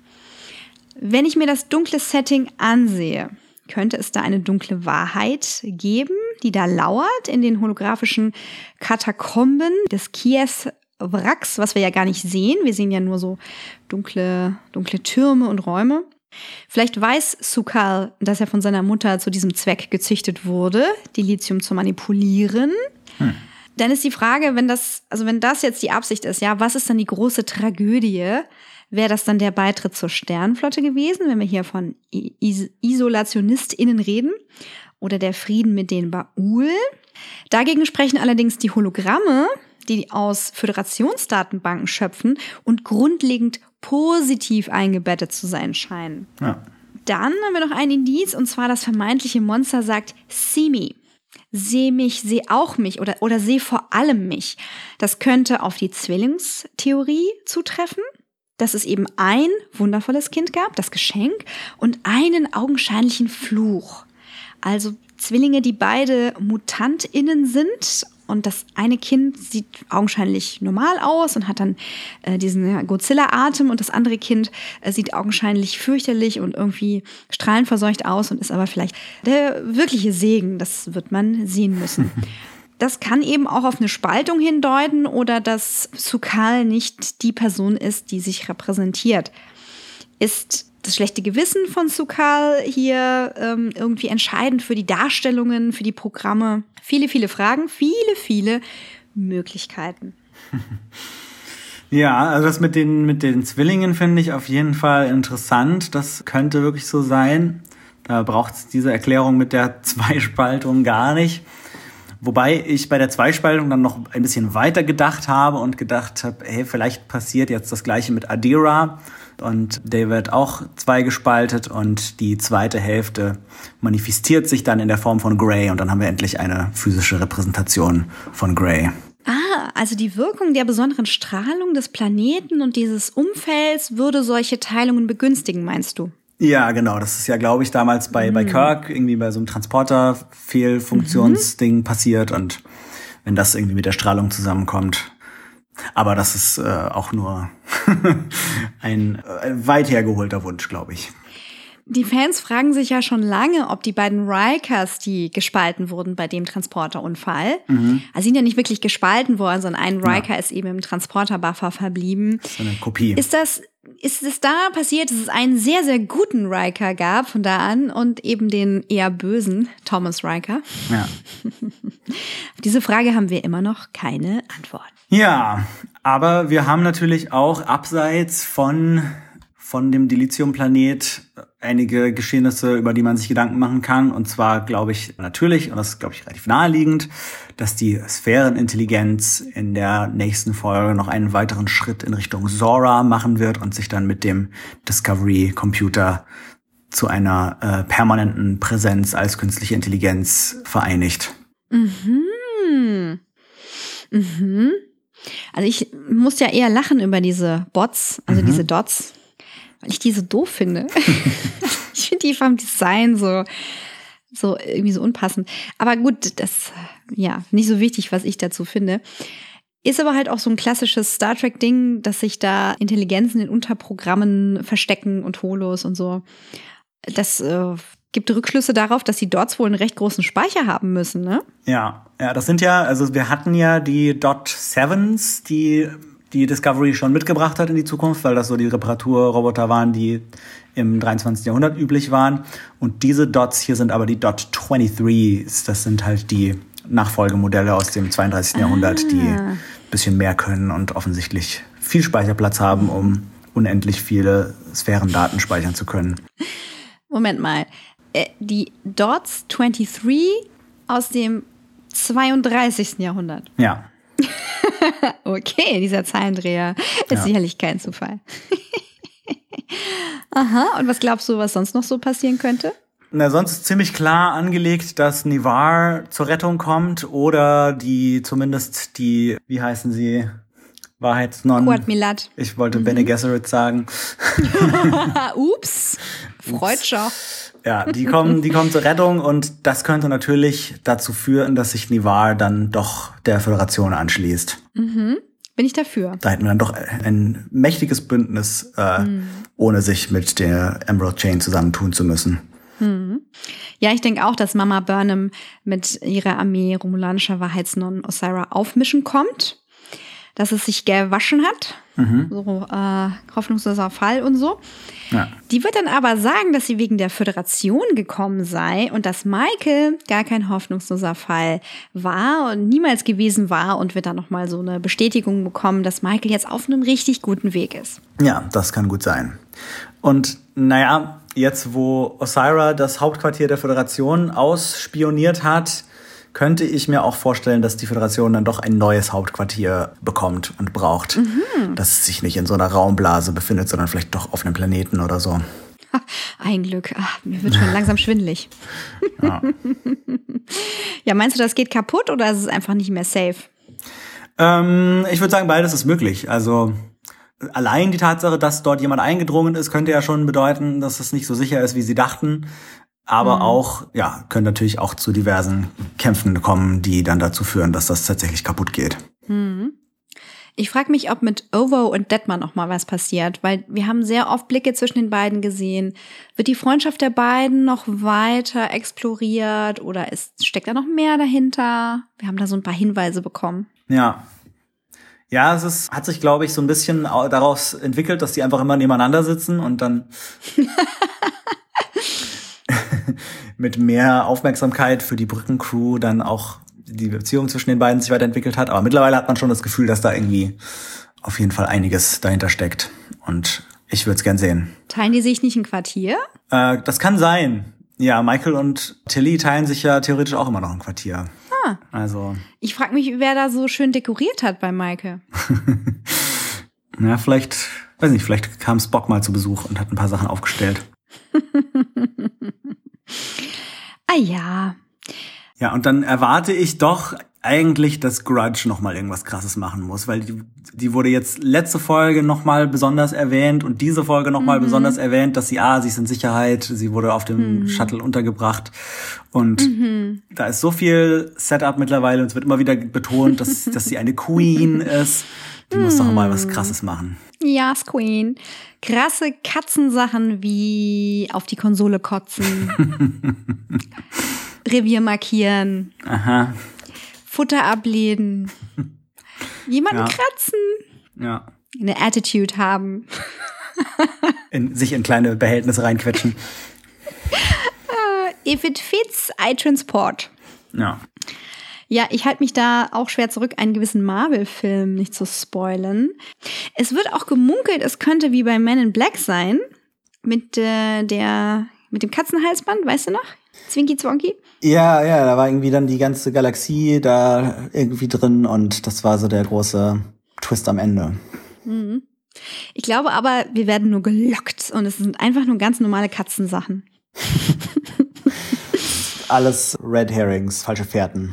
Wenn ich mir das dunkle Setting ansehe, könnte es da eine dunkle Wahrheit geben, die da lauert in den holographischen Katakomben des Kies-Wracks, was wir ja gar nicht sehen. Wir sehen ja nur so dunkle Türme und Räume. Vielleicht weiß Su'Kal, dass er von seiner Mutter zu diesem Zweck gezüchtet wurde, Dilithium zu manipulieren. Dann ist die Frage, wenn das jetzt die Absicht ist, was ist dann die große Tragödie? Wäre das dann der Beitritt zur Sternenflotte gewesen, wenn wir hier von IsolationistInnen reden? Oder der Frieden mit den Ba'ul? Dagegen sprechen allerdings die Hologramme, die aus Föderationsdatenbanken schöpfen und grundlegend positiv eingebettet zu sein scheinen. Ja. dann haben wir noch ein Indiz, und zwar das vermeintliche Monster sagt, see me. Seh mich, seh auch mich oder seh vor allem mich. Das könnte auf die Zwillingstheorie zutreffen, dass es eben ein wundervolles Kind gab, das Geschenk, und einen augenscheinlichen Fluch. Also Zwillinge, die beide MutantInnen sind, und das eine Kind sieht augenscheinlich normal aus und hat dann diesen Godzilla-Atem, und das andere Kind sieht augenscheinlich fürchterlich und irgendwie strahlenverseucht aus und ist aber vielleicht der wirkliche Segen. Das wird man sehen müssen. Das kann eben auch auf eine Spaltung hindeuten oder dass Su'Kal nicht die Person ist, die sich repräsentiert. Ist das schlechte Gewissen von Su'Kal hier irgendwie entscheidend für die Darstellungen, für die Programme? Viele, viele Fragen, viele, viele Möglichkeiten. Ja, also das mit den Zwillingen finde ich auf jeden Fall interessant. Das könnte wirklich so sein. Da braucht es diese Erklärung mit der Zweispaltung gar nicht. Wobei ich bei der Zweispaltung dann noch ein bisschen weiter gedacht habe und gedacht habe, hey, vielleicht passiert jetzt das Gleiche mit Adira. Und der wird auch zweigespaltet und die zweite Hälfte manifestiert sich dann in der Form von Grey und dann haben wir endlich eine physische Repräsentation von Grey. Also die Wirkung der besonderen Strahlung des Planeten und dieses Umfelds würde solche Teilungen begünstigen, meinst du? Ja, genau. Das ist ja, glaube ich, damals bei Kirk irgendwie bei so einem Transporter-Fehlfunktionsding passiert und wenn das irgendwie mit der Strahlung zusammenkommt. Aber das ist auch nur ein weit hergeholter Wunsch, glaube ich. Die Fans fragen sich ja schon lange, ob die beiden Rikers, die gespalten wurden bei dem Transporterunfall, also sind ja nicht wirklich gespalten worden, sondern ein Riker ist eben im Transporterbuffer verblieben. Das ist eine Kopie. Ist es da passiert, dass es einen sehr, sehr guten Riker gab von da an und eben den eher bösen Thomas Riker? Ja. Auf diese Frage haben wir immer noch keine Antwort. Ja, aber wir haben natürlich auch abseits von dem Dilithium-Planet einige Geschehnisse, über die man sich Gedanken machen kann. Und zwar glaube ich natürlich, und das ist glaube ich relativ naheliegend, dass die Sphärenintelligenz in der nächsten Folge noch einen weiteren Schritt in Richtung Zora machen wird und sich dann mit dem Discovery-Computer zu einer permanenten Präsenz als künstliche Intelligenz vereinigt. Also ich muss ja eher lachen über diese Bots, also diese Dots, weil ich die so doof finde. Ich finde die vom Design so irgendwie so unpassend. Aber gut, das nicht so wichtig, was ich dazu finde. Ist aber halt auch so ein klassisches Star Trek-Ding, dass sich da Intelligenzen in Unterprogrammen verstecken und Holos und so. Das gibt Rückschlüsse darauf, dass die Dots wohl einen recht großen Speicher haben müssen, ne? Ja, das sind ja, also wir hatten ja die Dot 7s, die Discovery schon mitgebracht hat in die Zukunft, weil das so die Reparaturroboter waren, die im 23. Jahrhundert üblich waren. Und diese Dots hier sind aber die Dot 23s. Das sind halt die Nachfolgemodelle aus dem 32. Jahrhundert, die ein bisschen mehr können und offensichtlich viel Speicherplatz haben, um unendlich viele Sphärendaten speichern zu können. Moment mal. Die Dots 23 aus dem 32. Jahrhundert. Ja. Okay, dieser Zahlendreher ist sicherlich kein Zufall. Aha, und was glaubst du, was sonst noch so passieren könnte? Na, sonst ist ziemlich klar angelegt, dass Ni'Var zur Rettung kommt oder zumindest die, wie heißen sie? Wahrheitsnonnen. Quad Milat. Ich wollte Bene Gesserit sagen. Ups, Freudscher. Ja, die kommen zur Rettung und das könnte natürlich dazu führen, dass sich Ni'Var dann doch der Föderation anschließt. Bin ich dafür. Da hätten wir dann doch ein mächtiges Bündnis, ohne sich mit der Emerald Chain zusammentun zu müssen. Ja, ich denke auch, dass Mama Burnham mit ihrer Armee romulanischer Wahrheitsnonnen Osyraa aufmischen kommt. Dass es sich gewaschen hat. So hoffnungsloser Fall und so. Ja. Die wird dann aber sagen, dass sie wegen der Föderation gekommen sei und dass Michael gar kein hoffnungsloser Fall war und niemals gewesen war und wird dann nochmal so eine Bestätigung bekommen, dass Michael jetzt auf einem richtig guten Weg ist. Ja, das kann gut sein. Und naja, jetzt wo Osyraa das Hauptquartier der Föderation ausspioniert hat, könnte ich mir auch vorstellen, dass die Föderation dann doch ein neues Hauptquartier bekommt und braucht. Dass es sich nicht in so einer Raumblase befindet, sondern vielleicht doch auf einem Planeten oder so. Ein Glück. Ach, mir wird schon langsam schwindelig. Ja. Ja, meinst du, das geht kaputt oder ist es einfach nicht mehr safe? Ich würde sagen, beides ist möglich. Also allein die Tatsache, dass dort jemand eingedrungen ist, könnte ja schon bedeuten, dass es nicht so sicher ist, wie sie dachten. Aber auch, ja, können natürlich auch zu diversen Kämpfen kommen, die dann dazu führen, dass das tatsächlich kaputt geht. Ich frage mich, ob mit Ovo und Detmar noch mal was passiert, weil wir haben sehr oft Blicke zwischen den beiden gesehen. Wird die Freundschaft der beiden noch weiter exploriert oder steckt da noch mehr dahinter? Wir haben da so ein paar Hinweise bekommen. Ja. Ja, hat sich, glaube ich, so ein bisschen daraus entwickelt, dass die einfach immer nebeneinander sitzen und dann mit mehr Aufmerksamkeit für die Brückencrew dann auch die Beziehung zwischen den beiden sich weiterentwickelt hat. Aber mittlerweile hat man schon das Gefühl, dass da irgendwie auf jeden Fall einiges dahinter steckt. Und ich würde es gern sehen. Teilen die sich nicht ein Quartier? Das kann sein. Ja, Michael und Tilly teilen sich ja theoretisch auch immer noch ein Quartier. Also. Ich frage mich, wer da so schön dekoriert hat bei Michael. Ja, vielleicht kam Spock mal zu Besuch und hat ein paar Sachen aufgestellt. Ah ja. Ja, und dann erwarte ich doch eigentlich, dass Grudge noch mal irgendwas Krasses machen muss, weil die wurde jetzt letzte Folge noch mal besonders erwähnt und diese Folge noch mal besonders erwähnt, dass sie ist in Sicherheit, sie wurde auf dem Shuttle untergebracht und da ist so viel Setup mittlerweile und es wird immer wieder betont, dass sie eine Queen ist. Die muss doch mal was Krasses machen. Ja, Queen. Krasse Katzensachen wie auf die Konsole kotzen, Revier markieren, Futter ablehnen, jemanden kratzen, eine Attitude haben. Sich in kleine Behältnisse reinquetschen. If it fits, I transport. Ja. Ja, ich halte mich da auch schwer zurück, einen gewissen Marvel-Film nicht zu spoilern. Es wird auch gemunkelt, es könnte wie bei Men in Black sein, mit dem Katzenhalsband, weißt du noch? Zwinky Zwonky? Ja, da war irgendwie dann die ganze Galaxie da irgendwie drin und das war so der große Twist am Ende. Ich glaube aber, wir werden nur gelockt und es sind einfach nur ganz normale Katzensachen. Alles Red Herrings, falsche Fährten.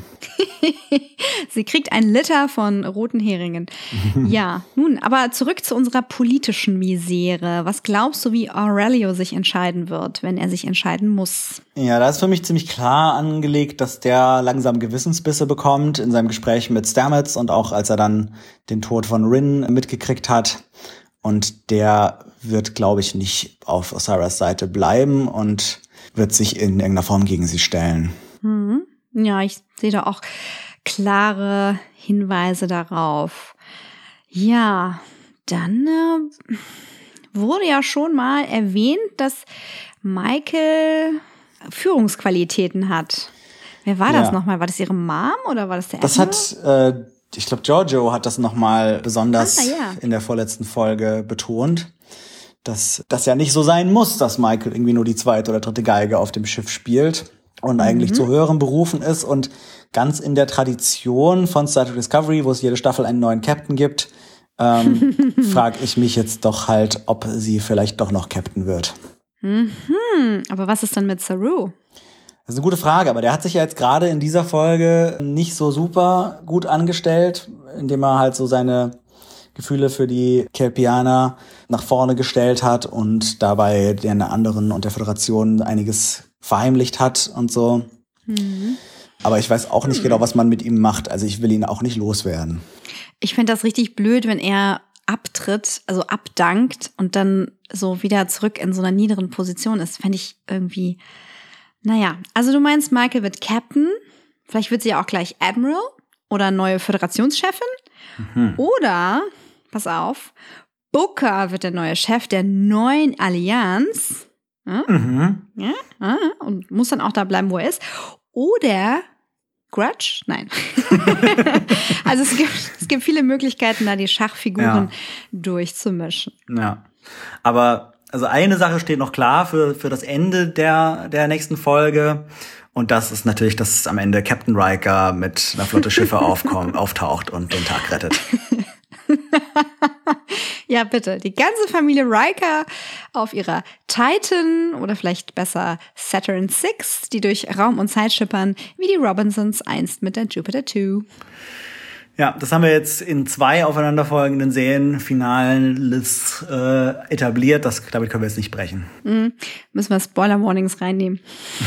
Sie kriegt ein Liter von roten Heringen. Ja, nun, aber zurück zu unserer politischen Misere. Was glaubst du, wie Aurelio sich entscheiden wird, wenn er sich entscheiden muss? Ja, da ist für mich ziemlich klar angelegt, dass der langsam Gewissensbisse bekommt in seinem Gespräch mit Stamets und auch als er dann den Tod von Rin mitgekriegt hat. Und der wird, glaube ich, nicht auf Osyras Seite bleiben und wird sich in irgendeiner Form gegen sie stellen. Ja, ich sehe da auch klare Hinweise darauf. Ja, dann wurde ja schon mal erwähnt, dass Michael Führungsqualitäten hat. Wer war das nochmal? War das ihre Mom oder war das der Admiral? Das hat, ich glaube, Giorgio hat das nochmal besonders in der vorletzten Folge betont, dass das ja nicht so sein muss, dass Michael irgendwie nur die zweite oder dritte Geige auf dem Schiff spielt und eigentlich zu höheren Berufen ist und ganz in der Tradition von Star Trek Discovery, wo es jede Staffel einen neuen Captain gibt, frage ich mich jetzt doch halt, ob sie vielleicht doch noch Captain wird. Aber was ist dann mit Saru? Das ist eine gute Frage, aber der hat sich ja jetzt gerade in dieser Folge nicht so super gut angestellt, indem er halt so seine Gefühle für die Kelpianer nach vorne gestellt hat und dabei den anderen und der Föderation einiges verheimlicht hat und so. Aber ich weiß auch nicht genau, was man mit ihm macht. Also ich will ihn auch nicht loswerden. Ich fände das richtig blöd, wenn er abtritt, also abdankt und dann so wieder zurück in so einer niederen Position ist. Fände ich irgendwie, naja. Also du meinst, Michael wird Captain, vielleicht wird sie ja auch gleich Admiral oder neue Föderationschefin. Oder, pass auf, Booker wird der neue Chef der neuen Allianz. Ja, und muss dann auch da bleiben, wo er ist. Oder Grudge? Nein. Also es gibt viele Möglichkeiten, da die Schachfiguren durchzumischen. Ja, aber also eine Sache steht noch klar für das Ende der nächsten Folge. Und das ist natürlich, dass am Ende Captain Riker mit einer Flotte Schiffe auftaucht und den Tag rettet. Ja, bitte. Die ganze Familie Riker auf ihrer Titan oder vielleicht besser Saturn VI, die durch Raum und Zeit schippern, wie die Robinsons einst mit der Jupiter 2. Ja, das haben wir jetzt in 2 aufeinanderfolgenden Serienfinals etabliert. Damit können wir jetzt nicht brechen. Müssen wir Spoiler-Warnings reinnehmen.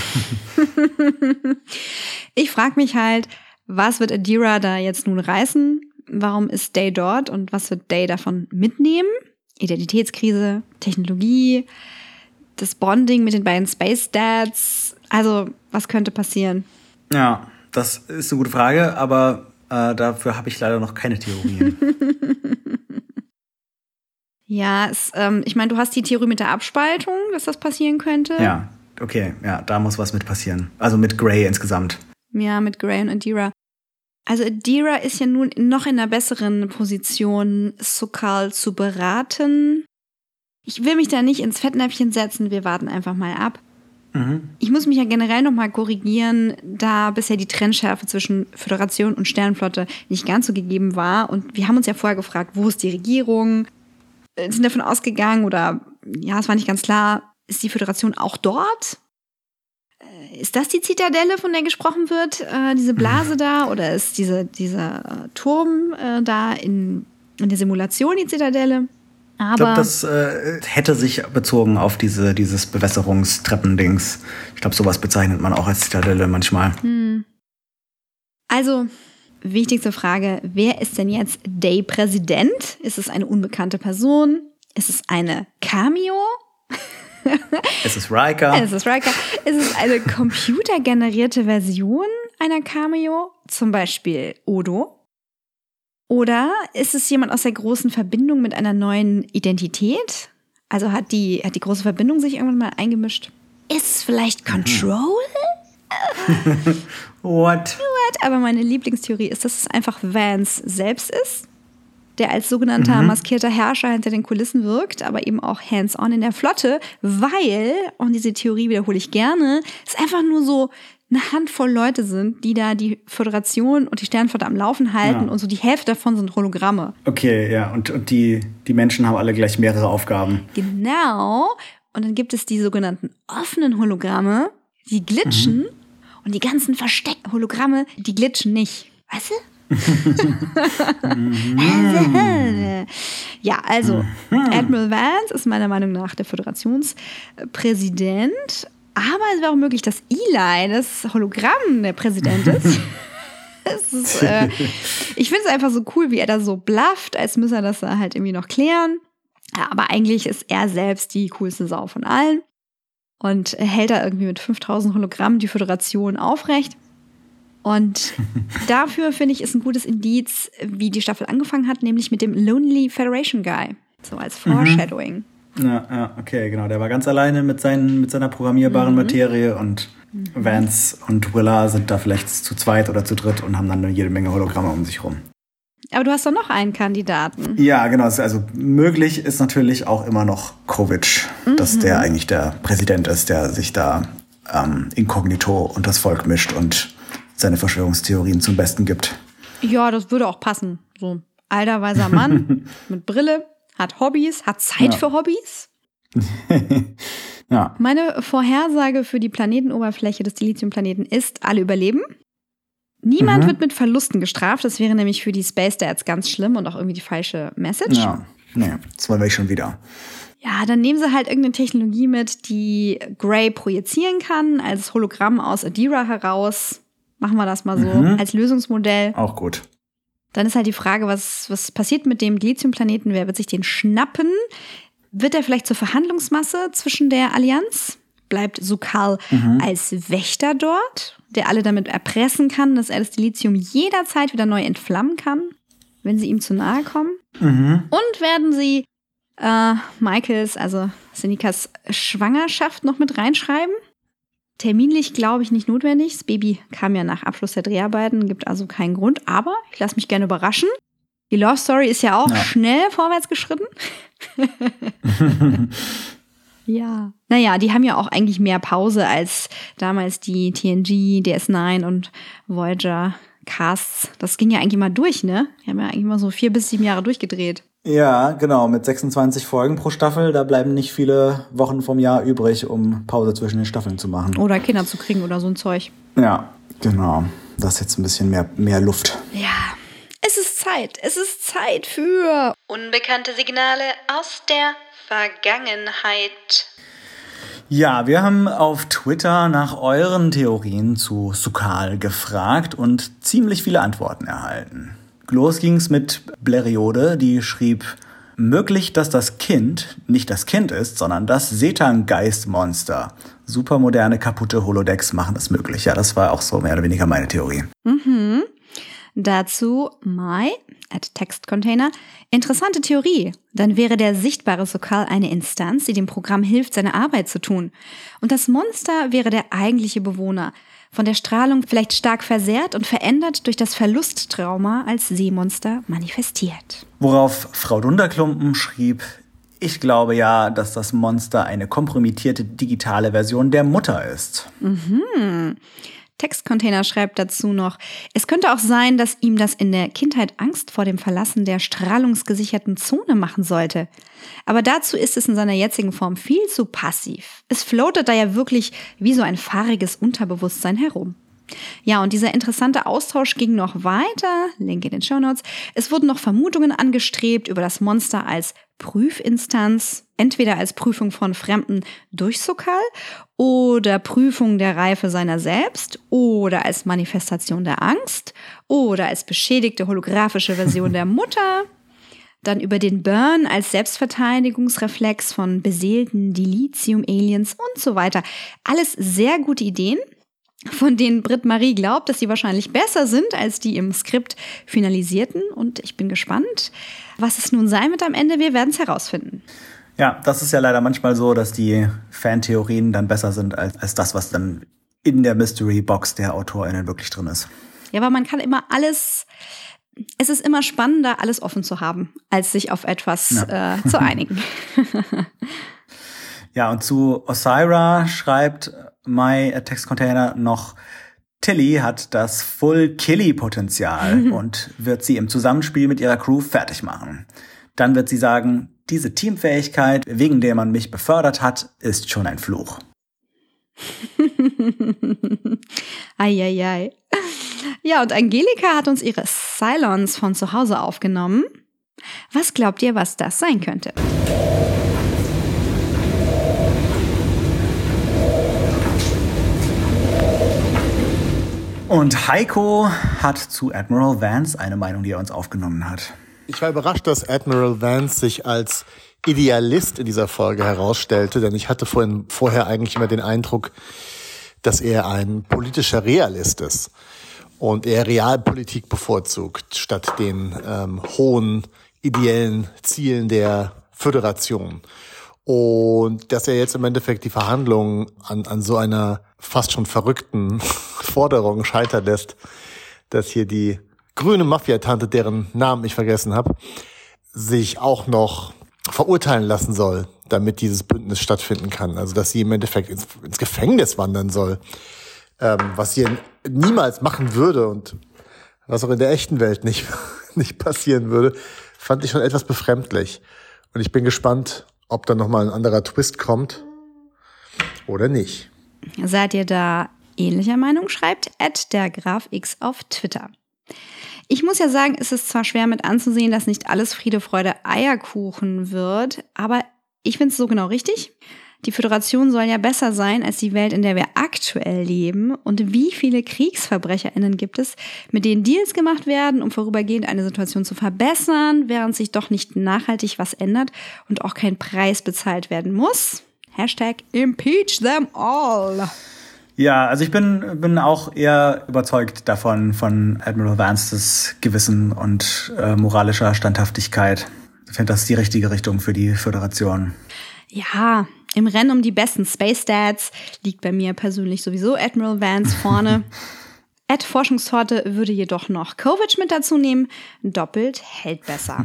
Ich frage mich halt, was wird Adira da jetzt nun reißen? Warum ist Day dort und was wird Day davon mitnehmen? Identitätskrise, Technologie, das Bonding mit den beiden Space Dads. Also, was könnte passieren? Ja, das ist eine gute Frage, aber dafür habe ich leider noch keine Theorien. Ja, ich meine, du hast die Theorie mit der Abspaltung, dass das passieren könnte. Ja, okay, ja, da muss was mit passieren. Also mit Grey insgesamt. Ja, mit Grey und Adira. Also Adira ist ja nun noch in einer besseren Position, Su'Kal zu beraten. Ich will mich da nicht ins Fettnäpfchen setzen, wir warten einfach mal ab. Ich muss mich ja generell nochmal korrigieren, da bisher die Trennschärfe zwischen Föderation und Sternenflotte nicht ganz so gegeben war. Und wir haben uns ja vorher gefragt, wo ist die Regierung? Sind davon ausgegangen oder, ja, es war nicht ganz klar, ist die Föderation auch dort? Ist das die Zitadelle, von der gesprochen wird, diese Blase da? Oder ist dieser Turm da in der Simulation die Zitadelle? Aber ich glaube, das hätte sich bezogen auf dieses Bewässerungstreppendings. Ich glaube, sowas bezeichnet man auch als Zitadelle manchmal. Also, wichtigste Frage, wer ist denn jetzt Day-Präsident? Ist es eine unbekannte Person? Ist es eine Cameo? Es ist Riker. Ist es eine computergenerierte Version einer Cameo? Zum Beispiel Odo? Oder ist es jemand aus der großen Verbindung mit einer neuen Identität? Also hat die große Verbindung sich irgendwann mal eingemischt? Ist es vielleicht Control? What? Aber meine Lieblingstheorie ist, dass es einfach Vance selbst ist, der als sogenannter maskierter Herrscher hinter den Kulissen wirkt, aber eben auch hands-on in der Flotte, weil, und diese Theorie wiederhole ich gerne, es einfach nur so eine Handvoll Leute sind, die da die Föderation und die Sternenflotte am Laufen halten und so die Hälfte davon sind Hologramme. Okay, ja, und die Menschen haben alle gleich mehrere Aufgaben. Genau, und dann gibt es die sogenannten offenen Hologramme, die glitschen und die ganzen versteckten Hologramme, die glitschen nicht. Weißt du? Ja, also Admiral Vance ist meiner Meinung nach der Föderationspräsident. Aber es wäre auch möglich, dass Eli, das Hologramm, der Präsident ist. Ich finde es einfach so cool, wie er da so blufft, als müsse er das halt irgendwie noch klären. Ja, aber eigentlich ist er selbst die coolste Sau von allen und hält da irgendwie mit 5000 Hologrammen die Föderation aufrecht. Und dafür, finde ich, ist ein gutes Indiz, wie die Staffel angefangen hat, nämlich mit dem Lonely Federation Guy. So als Foreshadowing. Ja, okay, genau. Der war ganz alleine mit seiner programmierbaren Materie und Vance und Willa sind da vielleicht zu zweit oder zu dritt und haben dann jede Menge Hologramme um sich rum. Aber du hast doch noch einen Kandidaten. Ja, genau. Also möglich ist natürlich auch immer noch Kovic, dass der eigentlich der Präsident ist, der sich da inkognito und das Volk mischt und seine Verschwörungstheorien zum Besten gibt. Ja, das würde auch passen. So alter, weiser Mann mit Brille. Hat Hobbys, hat Zeit für Hobbys. Ja. Meine Vorhersage für die Planetenoberfläche des Dilithium-Planeten ist, alle überleben. Niemand wird mit Verlusten gestraft. Das wäre nämlich für die Space Dads ganz schlimm und auch irgendwie die falsche Message. Ja, nee, das wollen wir schon wieder. Ja, dann nehmen sie halt irgendeine Technologie mit, die Grey projizieren kann, als Hologramm aus Adira heraus. Machen wir das mal so, als Lösungsmodell. Auch gut. Dann ist halt die Frage, was passiert mit dem Dilithium-Planeten? Wer wird sich den schnappen? Wird er vielleicht zur Verhandlungsmasse zwischen der Allianz? Bleibt Su'Kal als Wächter dort, der alle damit erpressen kann, dass er das Dilithium jederzeit wieder neu entflammen kann, wenn sie ihm zu nahe kommen? Und werden sie Michaels, also Senikas Schwangerschaft noch mit reinschreiben? Terminlich glaube ich nicht notwendig. Das Baby kam ja nach Abschluss der Dreharbeiten, gibt also keinen Grund. Aber ich lasse mich gerne überraschen. Die Love Story ist ja auch schnell vorwärts geschritten. Ja. Naja, die haben ja auch eigentlich mehr Pause als damals die TNG, DS9 und Voyager Casts. Das ging ja eigentlich mal durch, ne? Die haben ja eigentlich mal so 4 bis 7 Jahre durchgedreht. Ja, genau, mit 26 Folgen pro Staffel, da bleiben nicht viele Wochen vom Jahr übrig, um Pause zwischen den Staffeln zu machen. Oder Kinder zu kriegen oder so ein Zeug. Ja, genau. Das ist jetzt ein bisschen mehr Luft. Ja, es ist Zeit für Unbekannte Signale aus der Vergangenheit. Ja, wir haben auf Twitter nach euren Theorien zu Su'Kal gefragt und ziemlich viele Antworten erhalten. Los ging's mit Bleriode, die schrieb, möglich, dass das Kind nicht das Kind ist, sondern das Setan-Geist-Monster. Supermoderne, kaputte Holodecks machen das möglich. Ja, das war auch so mehr oder weniger meine Theorie. Mhm. Dazu Mai @Textcontainer. Interessante Theorie. Dann wäre der sichtbare Su'Kal eine Instanz, die dem Programm hilft, seine Arbeit zu tun. Und das Monster wäre der eigentliche Bewohner. Von der Strahlung vielleicht stark versehrt und verändert durch das Verlusttrauma als Seemonster manifestiert. Worauf Frau Dunderklumpen schrieb, ich glaube ja, dass das Monster eine kompromittierte digitale Version der Mutter ist. Mhm. Textcontainer schreibt dazu noch, es könnte auch sein, dass ihm das in der Kindheit Angst vor dem Verlassen der strahlungsgesicherten Zone machen sollte. Aber dazu ist es in seiner jetzigen Form viel zu passiv. Es floatet da ja wirklich wie so ein fahriges Unterbewusstsein herum. Ja, und dieser interessante Austausch ging noch weiter, Link in den Shownotes. Es wurden noch Vermutungen angestrebt über das Monster als Prüfinstanz, entweder als Prüfung von Fremden durch Su'Kal oder Prüfung der Reife seiner selbst oder als Manifestation der Angst oder als beschädigte holographische Version der Mutter. Dann über den Burn als Selbstverteidigungsreflex von beseelten Dilithium-Aliens und so weiter. Alles sehr gute Ideen, von denen Britt-Marie glaubt, dass sie wahrscheinlich besser sind als die im Skript finalisierten. Und ich bin gespannt, was es nun sein wird am Ende. Wir werden es herausfinden. Ja, das ist ja leider manchmal so, dass die Fantheorien dann besser sind als das, was dann in der Mystery-Box der AutorInnen wirklich drin ist. Ja, aber man kann immer alles... Es ist immer spannender, alles offen zu haben, als sich auf etwas zu einigen. Ja, und zu Osira schreibt My Textcontainer noch, Tilly hat das Full-Killy-Potenzial und wird sie im Zusammenspiel mit ihrer Crew fertig machen. Dann wird sie sagen, diese Teamfähigkeit, wegen der man mich befördert hat, ist schon ein Fluch. Eieiei. Ja, und Angelika hat uns ihre Cylons von zu Hause aufgenommen. Was glaubt ihr, was das sein könnte? Und Heiko hat zu Admiral Vance eine Meinung, die er uns aufgenommen hat. Ich war überrascht, dass Admiral Vance sich als Idealist in dieser Folge herausstellte, denn ich hatte vorher eigentlich immer den Eindruck, dass er ein politischer Realist ist und er Realpolitik bevorzugt, statt den hohen ideellen Zielen der Föderation. Und dass er jetzt im Endeffekt die Verhandlungen an so einer fast schon verrückten Forderung scheitern lässt, dass hier die grüne Mafia-Tante, deren Namen ich vergessen habe, sich auch noch verurteilen lassen soll, damit dieses Bündnis stattfinden kann. Also dass sie im Endeffekt ins Gefängnis wandern soll, was sie niemals machen würde und was auch in der echten Welt nicht passieren würde, fand ich schon etwas befremdlich. Und ich bin gespannt, ob da nochmal ein anderer Twist kommt oder nicht. Seid ihr da ähnlicher Meinung? Schreibt @dergrafx auf Twitter. Ich muss ja sagen, es ist zwar schwer mit anzusehen, dass nicht alles Friede, Freude, Eierkuchen wird, aber ich finde es so genau richtig. Die Föderation soll ja besser sein als die Welt, in der wir aktuell leben. Und wie viele KriegsverbrecherInnen gibt es, mit denen Deals gemacht werden, um vorübergehend eine Situation zu verbessern, während sich doch nicht nachhaltig was ändert und auch kein Preis bezahlt werden muss? #impeach them all. Ja, also ich bin auch eher überzeugt davon, von Admiral Vances Gewissen und moralischer Standhaftigkeit. Ich finde, das ist die richtige Richtung für die Föderation. Ja, im Rennen um die besten Space Stats liegt bei mir persönlich sowieso Admiral Vance vorne. @Forschungstorte würde jedoch noch Kovic mit dazu nehmen. Doppelt hält besser.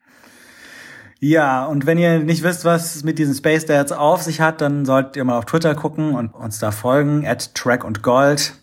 Ja, und wenn ihr nicht wisst, was es mit diesen Space Stats auf sich hat, dann solltet ihr mal auf Twitter gucken und uns da folgen, @trackundgold.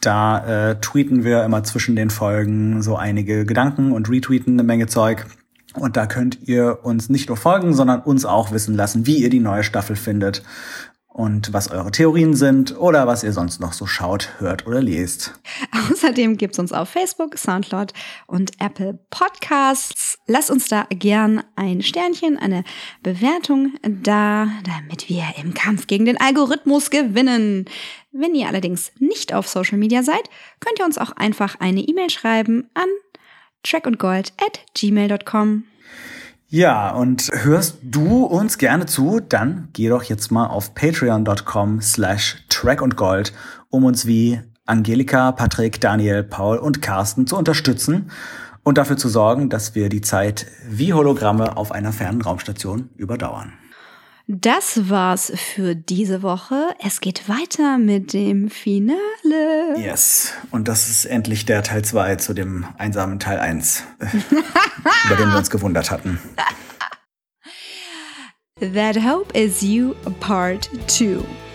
Da tweeten wir immer zwischen den Folgen so einige Gedanken und retweeten eine Menge Zeug. Und da könnt ihr uns nicht nur folgen, sondern uns auch wissen lassen, wie ihr die neue Staffel findet und was eure Theorien sind oder was ihr sonst noch so schaut, hört oder lest. Außerdem gibt's uns auf Facebook, Soundcloud und Apple Podcasts. Lasst uns da gern ein Sternchen, eine Bewertung da, damit wir im Kampf gegen den Algorithmus gewinnen. Wenn ihr allerdings nicht auf Social Media seid, könnt ihr uns auch einfach eine E-Mail schreiben an trackundgold@gmail.com. Ja, und hörst du uns gerne zu, dann geh doch jetzt mal auf patreon.com/trackundgold, um uns wie Angelika, Patrick, Daniel, Paul und Carsten zu unterstützen und dafür zu sorgen, dass wir die Zeit wie Hologramme auf einer fernen Raumstation überdauern. Das war's für diese Woche. Es geht weiter mit dem Finale. Yes. Und das ist endlich der Teil 2 zu dem einsamen Teil 1, über den wir uns gewundert hatten. That Hope Is You Part 2.